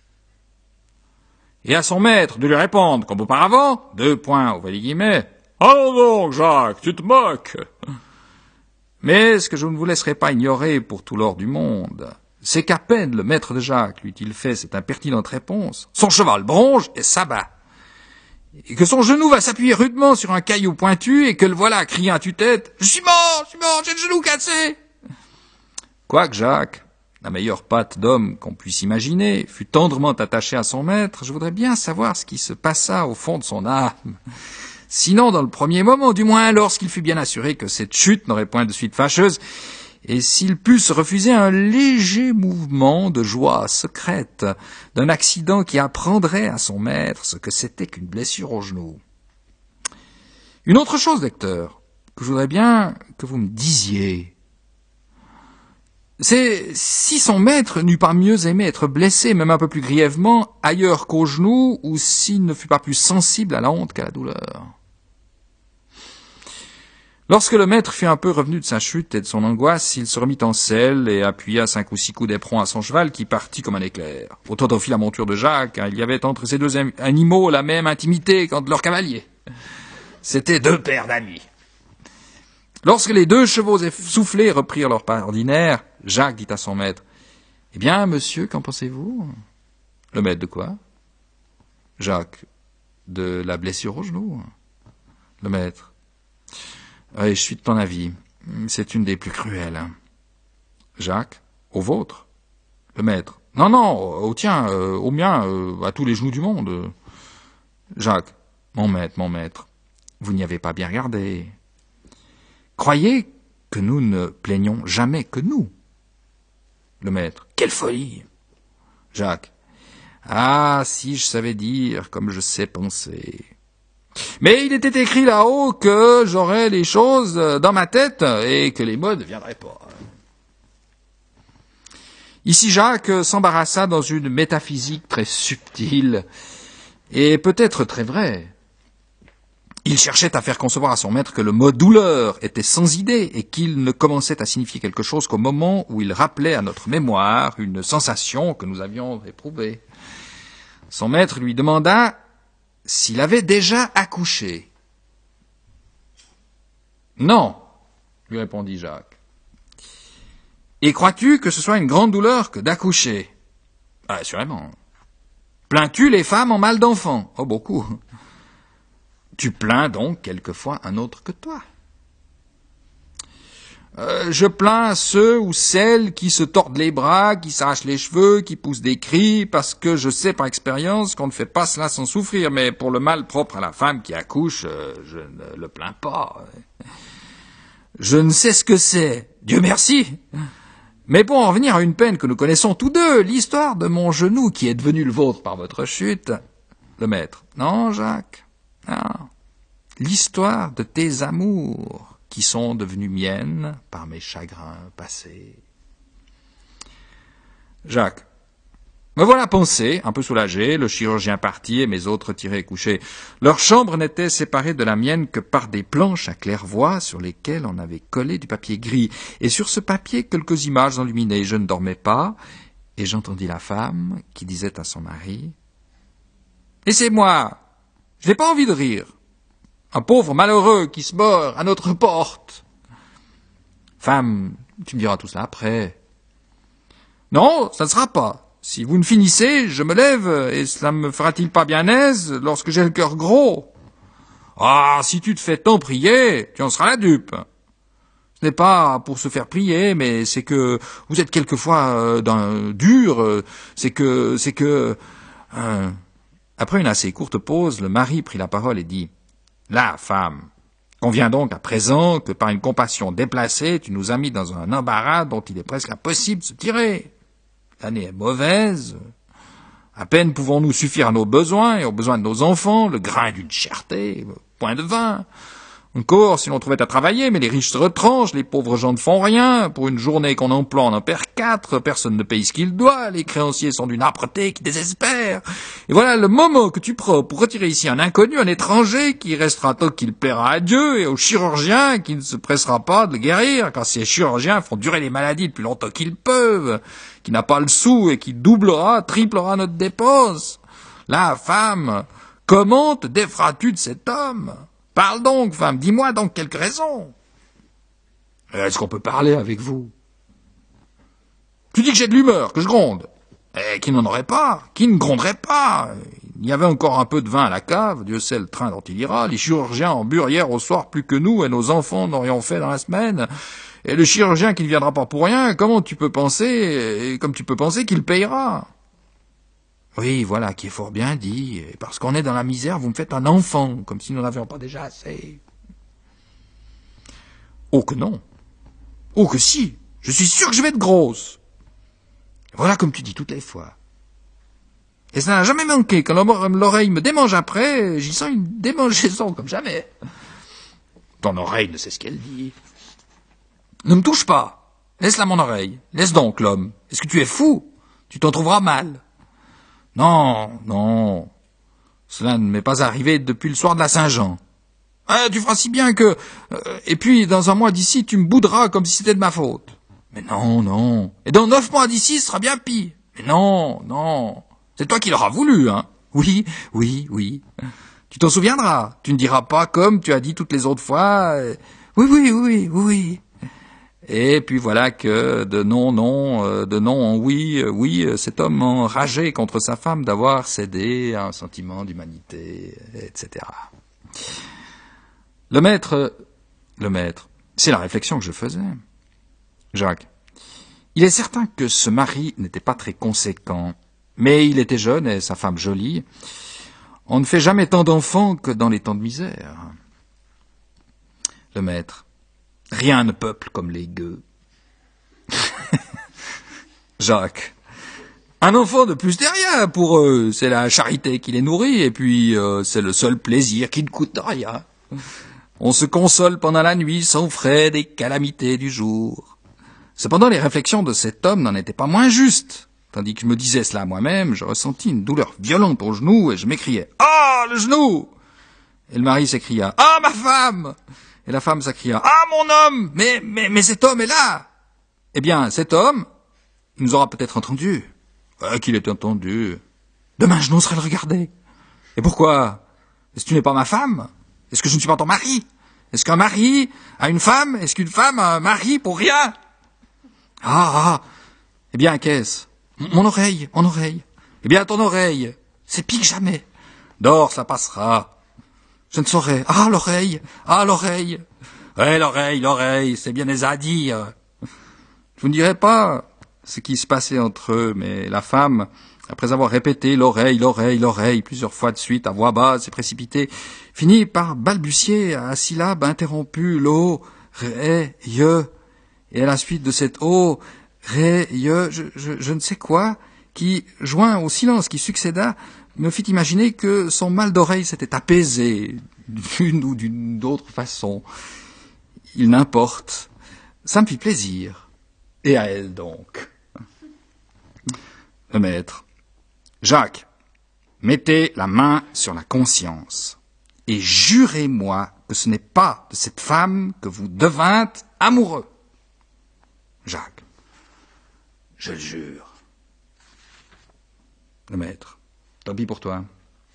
Et à son maître de lui répondre, comme auparavant, deux points, voilà les guillemets, « Allons donc, Jacques, tu te moques !» Mais ce que je ne vous laisserai pas ignorer pour tout l'or du monde, c'est qu'à peine le maître de Jacques lui-t-il fait cette impertinente réponse, son cheval bronche et s'abat, et que son genou va s'appuyer rudement sur un caillou pointu, et que le voilà criant à tue-tête, « Je suis mort, je suis mort, j'ai le genou cassé !» Quoique Jacques, la meilleure patte d'homme qu'on puisse imaginer, fut tendrement attaché à son maître, je voudrais bien savoir ce qui se passa au fond de son âme. Sinon, dans le premier moment, du moins lorsqu'il fut bien assuré que cette chute n'aurait point de suite fâcheuse, et s'il put se refuser un léger mouvement de joie secrète d'un accident qui apprendrait à son maître ce que c'était qu'une blessure au genou. Une autre chose, lecteur, que je voudrais bien que vous me disiez, c'est si son maître n'eût pas mieux aimé être blessé, même un peu plus grièvement, ailleurs qu'au genou, ou s'il ne fut pas plus sensible à la honte qu'à la douleur. Lorsque le maître fut un peu revenu de sa chute et de son angoisse, il se remit en selle et appuya cinq ou six coups d'éperon à son cheval qui partit comme un éclair. Autant au fit la monture de Jacques, hein, il y avait entre ces deux animaux la même intimité qu'entre leurs cavaliers. C'étaient deux paires d'amis. Lorsque les deux chevaux essoufflés reprirent leur pas ordinaire, Jacques dit à son maître, « Eh bien, monsieur, qu'en pensez-vous » Le maître de quoi? Jacques, de la blessure au genou. Le maître, Oui, je suis de ton avis. C'est une des plus cruelles. Jacques, au vôtre. Le maître. Non, non, au tien, euh, au mien, euh, à tous les genoux du monde. Jacques, mon maître, mon maître, vous n'y avez pas bien regardé. Croyez que nous ne plaignons jamais que nous. Le maître. Quelle folie. Jacques. Ah, si je savais dire comme je sais penser. Mais il était écrit là-haut que j'aurais les choses dans ma tête et que les mots ne viendraient pas. Ici Jacques s'embarrassa dans une métaphysique très subtile et peut-être très vraie. Il cherchait à faire concevoir à son maître que le mot douleur était sans idée et qu'il ne commençait à signifier quelque chose qu'au moment où il rappelait à notre mémoire une sensation que nous avions éprouvée. Son maître lui demanda s'il avait déjà accouché. Non, lui répondit Jacques. Et crois-tu que ce soit une grande douleur que d'accoucher? Ah, assurément. Plains-tu les femmes en mal d'enfant? Oh, beaucoup. Tu plains donc quelquefois un autre que toi. Euh, je plains ceux ou celles qui se tordent les bras, qui s'arrachent les cheveux, qui poussent des cris, parce que je sais par expérience qu'on ne fait pas cela sans souffrir, mais pour le mal propre à la femme qui accouche, euh, je ne le plains pas. Je ne sais ce que c'est, Dieu merci. Mais pour en revenir à une peine que nous connaissons tous deux, l'histoire de mon genou qui est devenu le vôtre par votre chute. Le maître. Non, Jacques. Non. L'histoire de tes amours qui sont devenues miennes par mes chagrins passés. Jacques. Me voilà pensé, un peu soulagé, le chirurgien parti et mes autres tirés et couchés. Leur chambre n'était séparée de la mienne que par des planches à claire-voie sur lesquelles on avait collé du papier gris. Et sur ce papier, quelques images enluminées. Je ne dormais pas, et j'entendis la femme qui disait à son mari « Laissez-moi, je n'ai pas envie de rire. Un pauvre malheureux qui se meurt à notre porte. » Femme, tu me diras tout ça après. Non, ça ne sera pas. Si vous ne finissez, je me lève, et cela me fera-t-il pas bien aise lorsque j'ai le cœur gros? Ah, si tu te fais tant prier, tu en seras la dupe. Ce n'est pas pour se faire prier, mais c'est que vous êtes quelquefois euh, d'un dur, euh, c'est que, c'est que... Euh... Après une assez courte pause, le mari prit la parole et dit « La femme, conviens donc à présent que par une compassion déplacée, tu nous as mis dans un embarras dont il est presque impossible de se tirer. L'année est mauvaise. À peine pouvons-nous suffire à nos besoins et aux besoins de nos enfants, le grain d'une cherté, point de vin. Encore, si l'on trouvait à travailler, mais les riches se retranchent, les pauvres gens ne font rien. Pour une journée qu'on emploie, on en perd quatre, personne ne paye ce qu'il doit, les créanciers sont d'une âpreté qui désespère. Et voilà le moment que tu prends pour retirer ici un inconnu, un étranger, qui restera tant qu'il plaira à Dieu, et au chirurgien qui ne se pressera pas de le guérir, quand ces chirurgiens font durer les maladies depuis longtemps qu'ils peuvent, qui n'a pas le sou et qui doublera, triplera notre dépense. La femme, comment te défras-tu de cet homme? Parle donc, femme, dis-moi donc quelques raisons. Est-ce qu'on peut parler avec vous? Tu dis que j'ai de l'humeur, que je gronde. Et qui n'en aurait pas, qui ne gronderait pas. Il y avait encore un peu de vin à la cave, Dieu sait le train dont il ira. Les chirurgiens en burent hier au soir plus que nous, et nos enfants n'aurions fait dans la semaine. Et le chirurgien qui ne viendra pas pour rien, comment tu peux penser, et comme tu peux penser qu'il payera? Oui, voilà, qui est fort bien dit. Et parce qu'on est dans la misère, vous me faites un enfant, comme si nous n'avions pas déjà assez. Oh que non. Oh que si. Je suis sûr que je vais être grosse. Voilà comme tu dis toutes les fois. Et ça n'a jamais manqué. Quand l'oreille me démange après, j'y sens une démangeaison comme jamais. Ton oreille ne sait ce qu'elle dit. Ne me touche pas. Laisse-la mon oreille. Laisse donc l'homme. Est-ce que tu es fou? Tu t'en trouveras mal. Non, non, cela ne m'est pas arrivé depuis le soir de la Saint-Jean. Ah, tu feras si bien que... Euh, et puis, dans un mois d'ici, tu me bouderas comme si c'était de ma faute. Mais non, non. Et dans neuf mois d'ici, ce sera bien pire. Mais non, non. C'est toi qui l'auras voulu, hein. Oui, oui, oui. Tu t'en souviendras. Tu ne diras pas comme tu as dit toutes les autres fois. Euh, oui, oui, oui, oui. Et puis voilà que de non, non, de non en oui, oui, cet homme enragé contre sa femme d'avoir cédé à un sentiment d'humanité, et cetera. Le maître Le maître. C'est la réflexion que je faisais. Jacques. Il est certain que ce mari n'était pas très conséquent, mais il était jeune et sa femme jolie. On ne fait jamais tant d'enfants que dans les temps de misère. Le maître. Rien ne peuple comme les gueux. Jacques. Un enfant de plus n'est rien pour eux. C'est la charité qui les nourrit et puis euh, c'est le seul plaisir qui ne coûte rien. On se console pendant la nuit sans frais des calamités du jour. Cependant, les réflexions de cet homme n'en étaient pas moins justes. Tandis que je me disais cela à moi-même, je ressentis une douleur violente au genou et je m'écriais « Ah, le genou !» Et le mari s'écria « Ah, ma femme !» Et la femme s'écria « Ah, mon homme ! Mais, mais, mais cet homme est là !» Eh bien, cet homme nous aura peut-être entendu. Ah, qu'il ait entendu. Demain, je n'oserais le regarder. Et pourquoi? Est-ce que tu n'es pas ma femme? Est-ce que je ne suis pas ton mari? Est-ce qu'un mari a une femme? Est-ce qu'une femme a un mari pour rien? Ah, ah. Eh bien, qu'est-ce? Mon oreille, mon oreille. Eh bien, ton oreille, c'est pire que jamais. Dors, ça passera. Je ne saurais. Ah, l'oreille, ah, l'oreille. Eh, l'oreille, l'oreille, c'est bien aisé à dire. Je vous ne dirai pas ce qui se passait entre eux, mais la femme, après avoir répété l'oreille, l'oreille, l'oreille, plusieurs fois de suite, à voix basse et précipitée, finit par balbutier à syllabe interrompue l'o, ré, ye, et à la suite de cette o, ré, ye, je, je, je ne sais quoi, qui, joint au silence qui succéda, me fit imaginer que son mal d'oreille s'était apaisé d'une ou d'une autre façon. Il n'importe. Ça me fit plaisir. Et à elle donc. Le maître. Jacques, mettez la main sur la conscience et jurez-moi que ce n'est pas de cette femme que vous devîntes amoureux. Jacques. Je le jure. Le maître. Tant pis pour toi.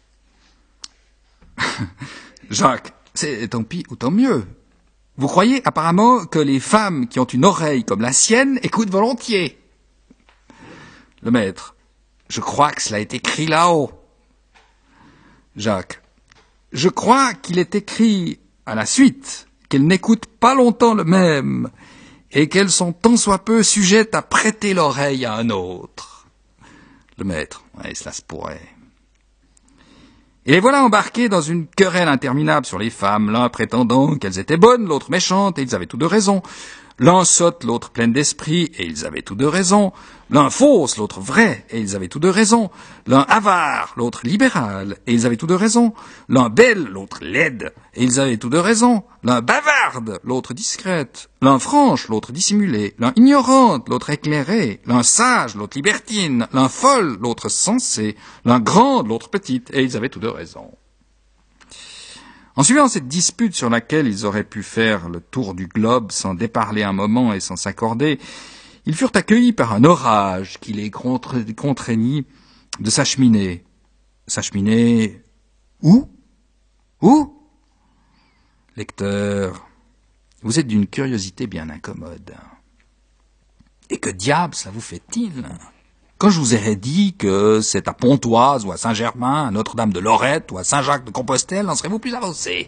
Jacques, c'est tant pis ou tant mieux. Vous croyez apparemment que les femmes qui ont une oreille comme la sienne écoutent volontiers. Le maître. Je crois que cela est écrit là-haut. Jacques. Je crois qu'il est écrit à la suite qu'elles n'écoutent pas longtemps le même et qu'elles sont tant soit peu sujettes à prêter l'oreille à un autre. Le maître. Oui, cela se pourrait. Et les voilà embarqués dans une querelle interminable sur les femmes, l'un prétendant qu'elles étaient bonnes, l'autre méchantes, et ils avaient tous deux raison. L'un sotte, l'autre pleine d'esprit, et ils avaient tous deux raison. L'un fausse, l'autre vrai, et ils avaient tous deux raison. L'un avare, l'autre libéral, et ils avaient tous deux raison. L'un belle, l'autre laide, et ils avaient tous deux raison. L'un bavarde, l'autre discrète. L'un franche, l'autre dissimulée. L'un ignorante, l'autre éclairée. L'un sage, l'autre libertine. L'un folle, l'autre sensée. L'un grande, l'autre petite, et ils avaient tous deux raison. En suivant cette dispute sur laquelle ils auraient pu faire le tour du globe sans déparler un moment et sans s'accorder, ils furent accueillis par un orage qui les contraignit de s'acheminer. S'acheminer où? Où? Lecteur, vous êtes d'une curiosité bien incommode. Et que diable cela vous fait-il? Quand je vous aurais dit que c'est à Pontoise ou à Saint-Germain, à Notre-Dame de Lorette ou à Saint-Jacques de Compostelle, en serez-vous plus avancé?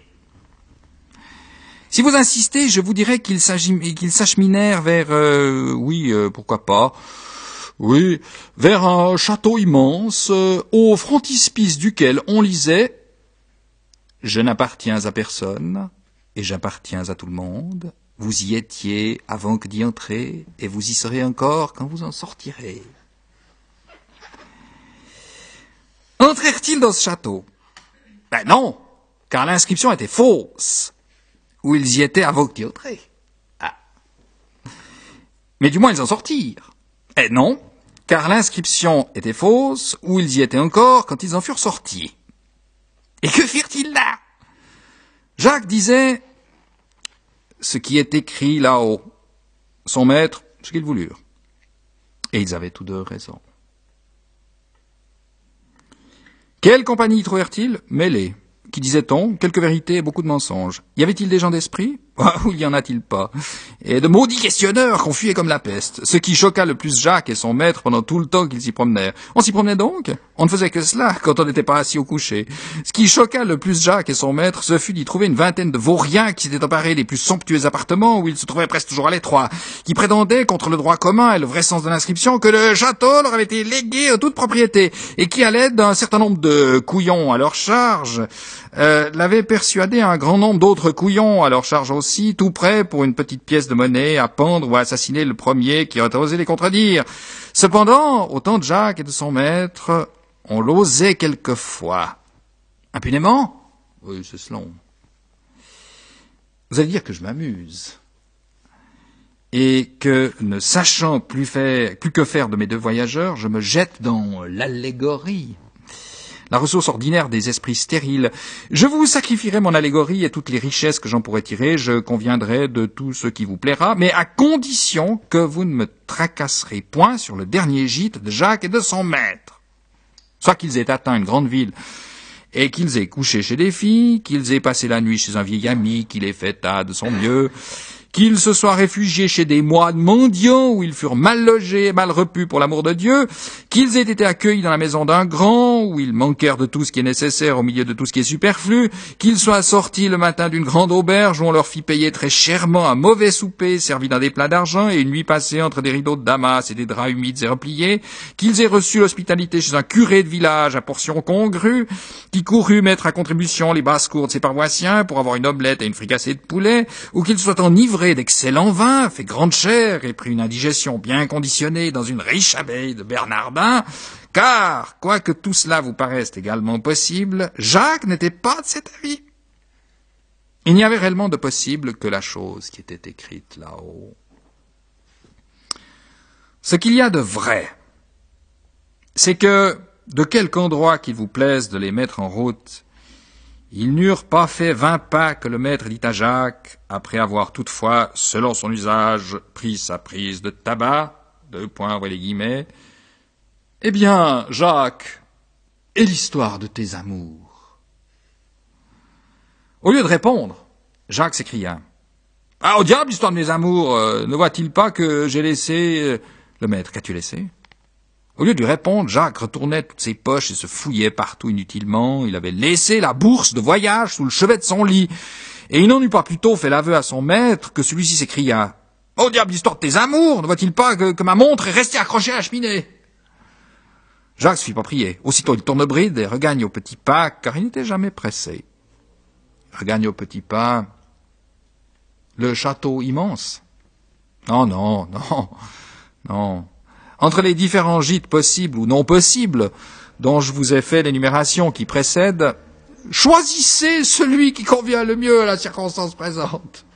Si vous insistez, je vous dirais qu'ils qu'ils s'acheminèrent vers, euh, oui, euh, pourquoi pas, oui, vers un château immense, euh, au frontispice duquel on lisait « Je n'appartiens à personne et j'appartiens à tout le monde. Vous y étiez avant que d'y entrer et vous y serez encore quand vous en sortirez. » Entrèrent-ils dans ce château? Ben non, car l'inscription était fausse. Ou ils y étaient avant d'y entrer. Ah. Mais du moins ils en sortirent. Eh non, car l'inscription était fausse, ou ils y étaient encore quand ils en furent sortis. Et que firent-ils là? Jacques disait ce qui est écrit là-haut. Son maître, ce qu'ils voulurent. Et ils avaient tous deux raison. Quelle compagnie y trouvèrent-ils? Mêlée. Qui disait-on? Quelques vérités et beaucoup de mensonges. Y avait-il des gens d'esprit? Ah, ou y en a-t-il pas? Et de maudits questionneurs qu'on fuyait comme la peste. Ce qui choqua le plus Jacques et son maître pendant tout le temps qu'ils s'y promenèrent. On s'y promenait donc? On ne faisait que cela quand on n'était pas assis au coucher. Ce qui choqua le plus Jacques et son maître, ce fut d'y trouver une vingtaine de vauriens qui s'étaient emparés des plus somptueux appartements où ils se trouvaient presque toujours à l'étroit, qui prétendaient, contre le droit commun et le vrai sens de l'inscription, que le château leur avait été légué en toute propriété, et qui, à l'aide d'un certain nombre de couillons à leur charge, euh, l'avaient persuadé à un grand nombre d'autres couillons à leur charge aussi, tout prêts pour une petite pièce de monnaie à pendre ou à assassiner le premier qui aurait osé les contredire. Cependant, au temps de Jacques et de son maître, on l'osait quelquefois. Impunément? Oui, c'est long. Vous allez dire que je m'amuse. Et que, ne sachant plus, faire, plus que faire de mes deux voyageurs, je me jette dans l'allégorie. La ressource ordinaire des esprits stériles. Je vous sacrifierai mon allégorie et toutes les richesses que j'en pourrais tirer, je conviendrai de tout ce qui vous plaira, mais à condition que vous ne me tracasserez point sur le dernier gîte de Jacques et de son maître. Soit qu'ils aient atteint une grande ville, et qu'ils aient couché chez des filles, qu'ils aient passé la nuit chez un vieil ami, qu'il ait fait tas de son mieux, qu'ils se soient réfugiés chez des moines mendiants où ils furent mal logés et mal repus pour l'amour de Dieu, qu'ils aient été accueillis dans la maison d'un grand où ils manquèrent de tout ce qui est nécessaire au milieu de tout ce qui est superflu, qu'ils soient sortis le matin d'une grande auberge où on leur fit payer très chèrement un mauvais souper servi dans des plats d'argent et une nuit passée entre des rideaux de damas et des draps humides et repliés, qu'ils aient reçu l'hospitalité chez un curé de village à portions congrues, qui courut mettre à contribution les basses-cours de ses paroissiens pour avoir une omelette et une fricassée de poulet, ou qu'ils soient enivrés d'excellents vins, fait grande chère et pris une indigestion bien conditionnée dans une riche abbaye de Bernardin, car, quoique tout cela vous paraisse également possible, Jacques n'était pas de cet avis. Il n'y avait réellement de possible que la chose qui était écrite là-haut. Ce qu'il y a de vrai, c'est que, de quelque endroit qu'il vous plaise de les mettre en route, ils n'eurent pas fait vingt pas que le maître dit à Jacques, après avoir toutefois, selon son usage, pris sa prise de tabac, deux points, voyez les guillemets, « Eh bien, Jacques, et l'histoire de tes amours ?» Au lieu de répondre, Jacques s'écria, « Ah, au diable, l'histoire de mes amours, euh, ne voit-il pas que j'ai laissé... Euh... » Le maître, qu'as-tu laissé ? Au lieu de lui répondre, Jacques retournait toutes ses poches et se fouillait partout inutilement. Il avait laissé la bourse de voyage sous le chevet de son lit. Et il n'en eut pas plus tôt fait l'aveu à son maître que celui-ci s'écria « Oh diable, l'histoire de tes amours, ne voit-il pas que, que ma montre est restée accrochée à la cheminée ?» Jacques se fit pas prier. Aussitôt il tourne bride et regagne au petit pas, car il n'était jamais pressé. Il regagne au petit pas le château immense. Non, non, non, non. Entre les différents gîtes possibles ou non possibles, dont je vous ai fait l'énumération qui précède, choisissez celui qui convient le mieux à la circonstance présente.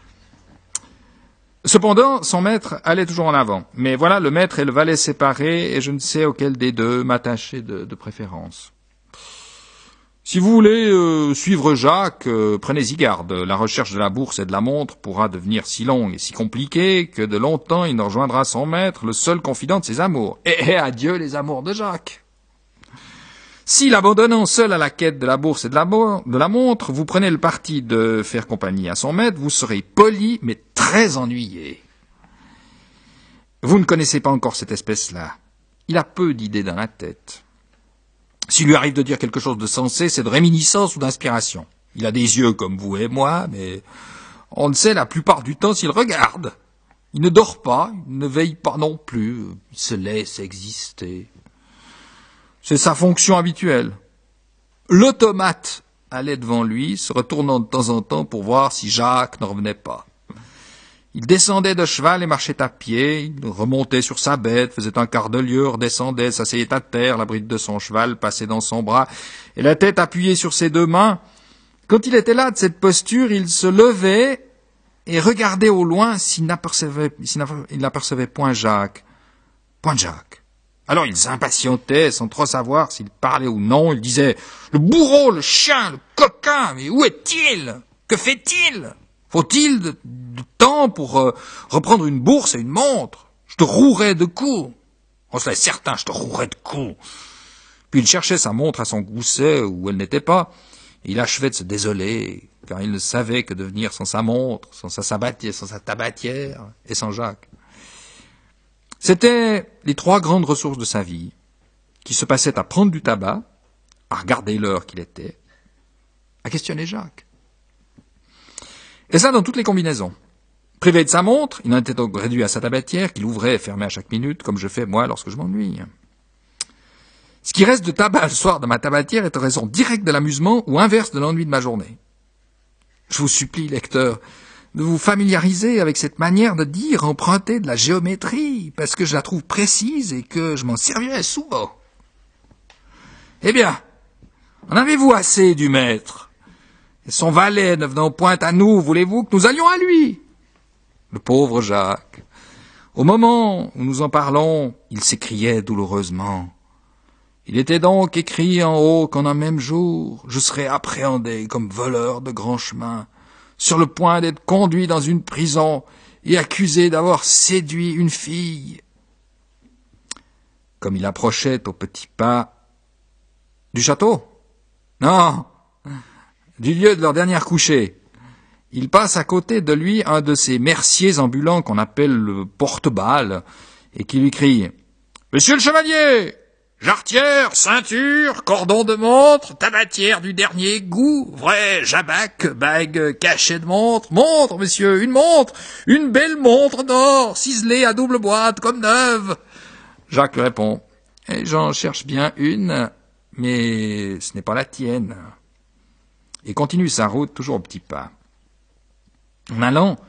Cependant, son maître allait toujours en avant. Mais voilà le maître et le valet séparés, et je ne sais auquel des deux m'attacher de, de préférence. Si vous voulez euh, suivre Jacques, euh, prenez-y garde. La recherche de la bourse et de la montre pourra devenir si longue et si compliquée que de longtemps il ne rejoindra son maître, le seul confident de ses amours. Et, et adieu les amours de Jacques. Si, l'abandonnant seul à la quête de la bourse et de la, de la montre, vous prenez le parti de faire compagnie à son maître, vous serez poli, mais très ennuyé. Vous ne connaissez pas encore cette espèce-là. Il a peu d'idées dans la tête. S'il lui arrive de dire quelque chose de sensé, c'est de réminiscence ou d'inspiration. Il a des yeux comme vous et moi, mais on ne sait la plupart du temps s'il regarde. Il ne dort pas, il ne veille pas non plus, il se laisse exister. C'est sa fonction habituelle. L'automate allait devant lui, se retournant de temps en temps pour voir si Jacques n'en revenait pas. Il descendait de cheval et marchait à pied, il remontait sur sa bête, faisait un quart de lieue, redescendait, s'asseyait à terre, la bride de son cheval passait dans son bras, et la tête appuyée sur ses deux mains. Quand il était là de cette posture, il se levait et regardait au loin s'il n'apercevait, s'il n'apercevait point Jacques. Point Jacques. Alors il s'impatientait, sans trop savoir s'il parlait ou non, il disait « Le bourreau, le chien, le coquin, mais où est-il? Que fait-il ? Faut-il de, de temps pour euh, reprendre une bourse et une montre? Je te rouerai de coups. On se l'est certain, je te rouerai de coups. » Puis il cherchait sa montre à son gousset où elle n'était pas, et il achevait de se désoler, car il ne savait que devenir sans sa montre, sans sa sabatière, sans sa tabatière, et sans Jacques. C'étaient les trois grandes ressources de sa vie, qui se passait à prendre du tabac, à regarder l'heure qu'il était, à questionner Jacques. Et ça dans toutes les combinaisons. Privé de sa montre, il en était donc réduit à sa tabatière, qu'il ouvrait et fermait à chaque minute, comme je fais moi lorsque je m'ennuie. Ce qui reste de tabac le soir dans ma tabatière est en raison directe de l'amusement ou inverse de l'ennui de ma journée. Je vous supplie, lecteur, de vous familiariser avec cette manière de dire empruntée de la géométrie, parce que je la trouve précise et que je m'en servirai souvent. Eh bien, en avez-vous assez du maître? Et son valet ne venant point à nous, voulez-vous que nous allions à lui? Le pauvre Jacques. Au moment où nous en parlons, il s'écriait douloureusement. Il était donc écrit en haut qu'en un même jour, je serais appréhendé comme voleur de grands chemins, sur le point d'être conduit dans une prison et accusé d'avoir séduit une fille. Comme il approchait au petit pas du château, non, du lieu de leur dernière couchée, il passe à côté de lui un de ces merciers ambulants qu'on appelle le porte-balle et qui lui crie « Monsieur le chevalier ! Jarretière, ceinture, cordon de montre, tabatière du dernier goût, vrai, jabac, bague, cachet de montre, montre, monsieur, une montre, une belle montre d'or, ciselée à double boîte, comme neuve. » Jacques lui répond eh, « J'en cherche bien une, mais ce n'est pas la tienne. » Et continue sa route toujours au petit pas. En allant,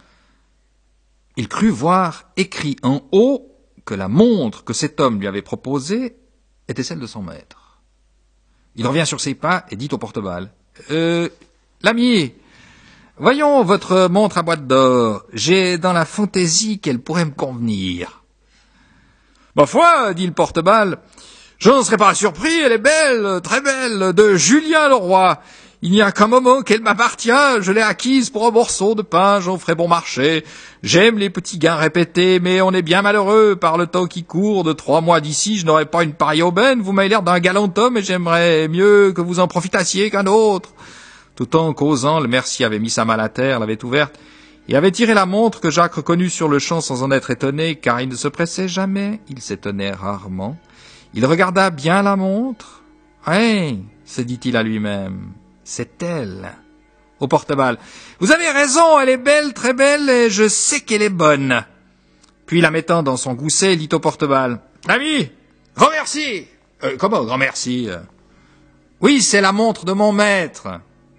il crut voir écrit en haut que la montre que cet homme lui avait proposée était celle de son maître. Il revient sur ses pas et dit au porte-balle euh, « L'ami, voyons votre montre à boîte d'or. J'ai dans la fantaisie qu'elle pourrait me convenir. »« Ma foi, dit le porte-balle, je n'en serais pas surpris, elle est belle, très belle, de Julien le roi. Il n'y a qu'un moment qu'elle m'appartient, je l'ai acquise pour un morceau de pain, j'en ferai bon marché. J'aime les petits gains répétés, mais on est bien malheureux par le temps qui court. De trois mois d'ici, je n'aurai pas une pareille aubaine. Vous m'avez l'air d'un galant homme et j'aimerais mieux que vous en profitassiez qu'un autre. » Tout en causant, le mercier avait mis sa main à terre, l'avait ouverte, et avait tiré la montre que Jacques reconnut sur le champ sans en être étonné, car il ne se pressait jamais, il s'étonnait rarement. Il regarda bien la montre. « Oui, se dit-il à lui-même. C'est elle. » Au porte-balle. « Vous avez raison, elle est belle, très belle, et je sais qu'elle est bonne. » Puis, la mettant dans son gousset, il dit au porte-balle. « L'ami, grand merci. Euh, comment, grand merci? Oui, c'est la montre de mon maître. »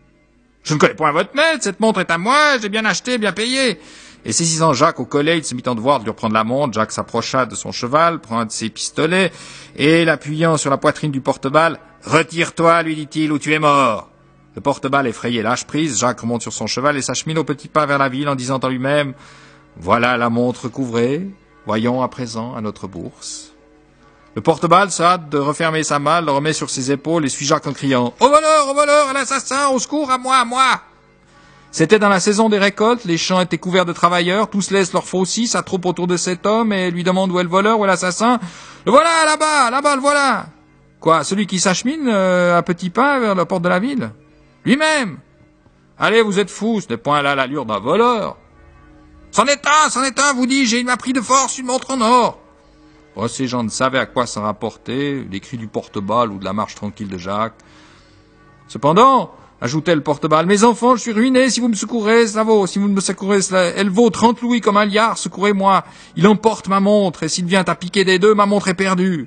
« Je ne connais point votre maître, cette montre est à moi, j'ai bien acheté, bien payé. » Et saisissant Jacques au collet, il se mit en devoir de lui reprendre la montre. Jacques s'approcha de son cheval, prend un de ses pistolets, et l'appuyant sur la poitrine du porte-balle, « Retire-toi, lui dit-il, ou tu es mort. » Le porte-balle effrayé lâche prise, Jacques remonte sur son cheval et s'achemine au petit pas vers la ville en disant en lui-même « Voilà la montre couvrée, voyons à présent à notre bourse. » Le porte-balle se hâte de refermer sa malle, le remet sur ses épaules et suit Jacques en criant « Au voleur, au voleur, à l'assassin, au secours, à moi, à moi !» C'était dans la saison des récoltes, les champs étaient couverts de travailleurs, tous laissent leur faucille, s'attroupent autour de cet homme et lui demandent où est le voleur, où est l'assassin. « Le voilà, là-bas, là-bas, le voilà !» Quoi, celui qui s'achemine euh, à petits pas vers la porte de la ville? Lui-même. Allez, vous êtes fous, ce n'est point là l'allure d'un voleur. C'en est un, c'en est un, vous dis, j'ai il m'a pris de force une montre en or. Oh, ces gens ne savaient à quoi s'en rapporter, les cris du porte-balle ou de la marche tranquille de Jacques. Cependant, ajoutait le porte-balle, mes enfants, je suis ruiné, si vous me secourez, cela vaut, si vous me secourez, cela, elle vaut trente louis comme un liard, secourez-moi. Il emporte ma montre, et s'il vient à piquer des deux, ma montre est perdue.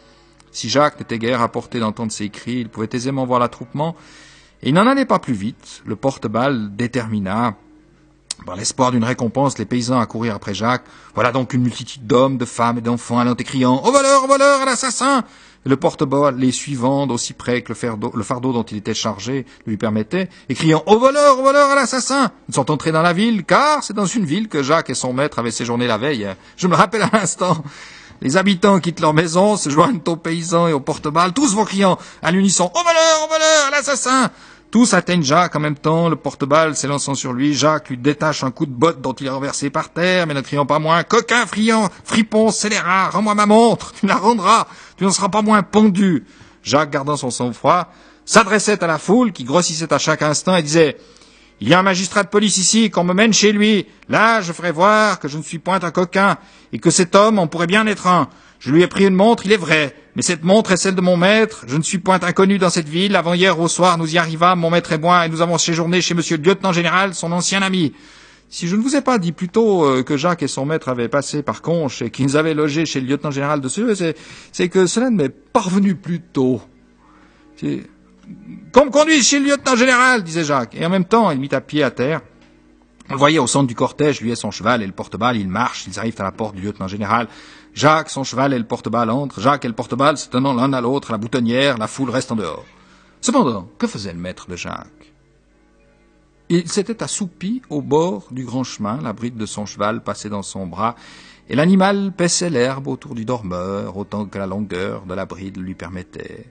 Si Jacques n'était guère apporté d'entendre ces cris, il pouvait aisément voir l'attroupement, et il n'en allait pas plus vite. Le porte-balle détermina, par l'espoir d'une récompense, les paysans à courir après Jacques. Voilà donc une multitude d'hommes, de femmes et d'enfants allant et criant « Au voleur, au voleur, à l'assassin !» Et le porte-balle, les suivant d'aussi près que le fardeau, le fardeau dont il était chargé lui permettait, et criant « Au voleur, au voleur, à l'assassin !» Ils sont entrés dans la ville, car c'est dans une ville que Jacques et son maître avaient séjourné la veille. Je me rappelle à l'instant. Les habitants quittent leur maison, se joignent aux paysans et aux porte-balles, tous vont criant à l'unisson « Au voleur, au voleur, à l'assassin !» Tous atteignent Jacques en même temps, le porte-balle s'élançant sur lui, Jacques lui détache un coup de botte dont il est renversé par terre, mais ne criant pas moins « Coquin, friand, fripon, scélérat, rends-moi ma montre, tu la rendras, tu n'en seras pas moins pendu !» Jacques, gardant son sang-froid, s'adressait à la foule qui grossissait à chaque instant et disait « Il y a un magistrat de police ici, qu'on me mène chez lui, là je ferai voir que je ne suis point un coquin, et que cet homme en pourrait bien être un. Je lui ai pris une montre, il est vrai, Mais cette montre est celle de mon maître. Je ne suis point inconnu dans cette ville. Avant-hier au soir, nous y arrivâmes, mon maître et moi, et nous avons séjourné chez monsieur le lieutenant général, son ancien ami. Si je ne vous ai pas dit plus tôt euh, que Jacques et son maître avaient passé par Conches et qu'ils avaient logé chez le lieutenant général de Suez, c'est, c'est que cela ne m'est pas revenu plus tôt. C'est... Qu'on me conduise chez le lieutenant général, disait Jacques. Et en même temps, il mit à pied à terre. On le voyait au centre du cortège, lui et son cheval et le porte-balle, ils marchent, ils arrivent à la porte du lieutenant général. Jacques, son cheval et le porte-balle entrent. Jacques et le porte-balle se tenant l'un à l'autre à la boutonnière, la foule reste en dehors. Cependant, que faisait le maître de Jacques? Il s'était assoupi au bord du grand chemin, la bride de son cheval passait dans son bras, et l'animal paissait l'herbe autour du dormeur, autant que la longueur de la bride lui permettait.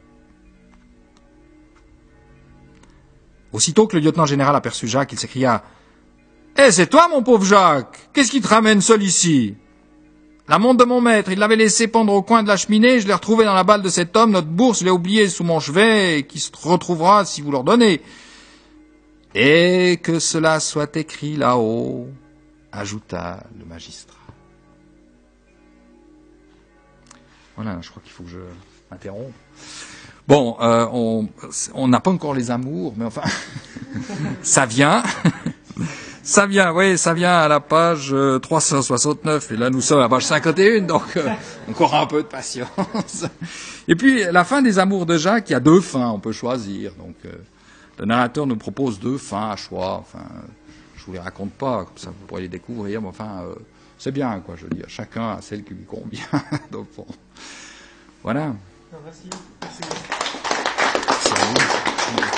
Aussitôt que le lieutenant général aperçut Jacques, il s'écria « Eh, c'est toi, mon pauvre Jacques! Qu'est-ce qui te ramène seul ici ?» La montre de mon maître, il l'avait laissée pendre au coin de la cheminée, je l'ai retrouvée dans la balle de cet homme, notre bourse, je l'ai oubliée sous mon chevet, et qui se retrouvera si vous l'ordonnez. Et que cela soit écrit là-haut, ajouta le magistrat. Voilà, je crois qu'il faut que je m'interrompe. Bon, euh, on on n'a pas encore les amours, mais enfin, ça vient. Ça vient, oui, ça vient à la page euh, trois cent soixante-neuf, et là nous sommes à la page cinquante et un, donc euh, encore un peu de patience. Et puis, la fin des amours de Jacques, il y a deux fins, on peut choisir. Donc, euh, le narrateur nous propose deux fins à choix. Enfin, je vous les raconte pas, comme ça vous pourrez les découvrir, mais enfin, euh, c'est bien, quoi, je veux dire. Chacun a celle qui lui convient. Donc, bon. Voilà. Merci. Merci. C'est à vous.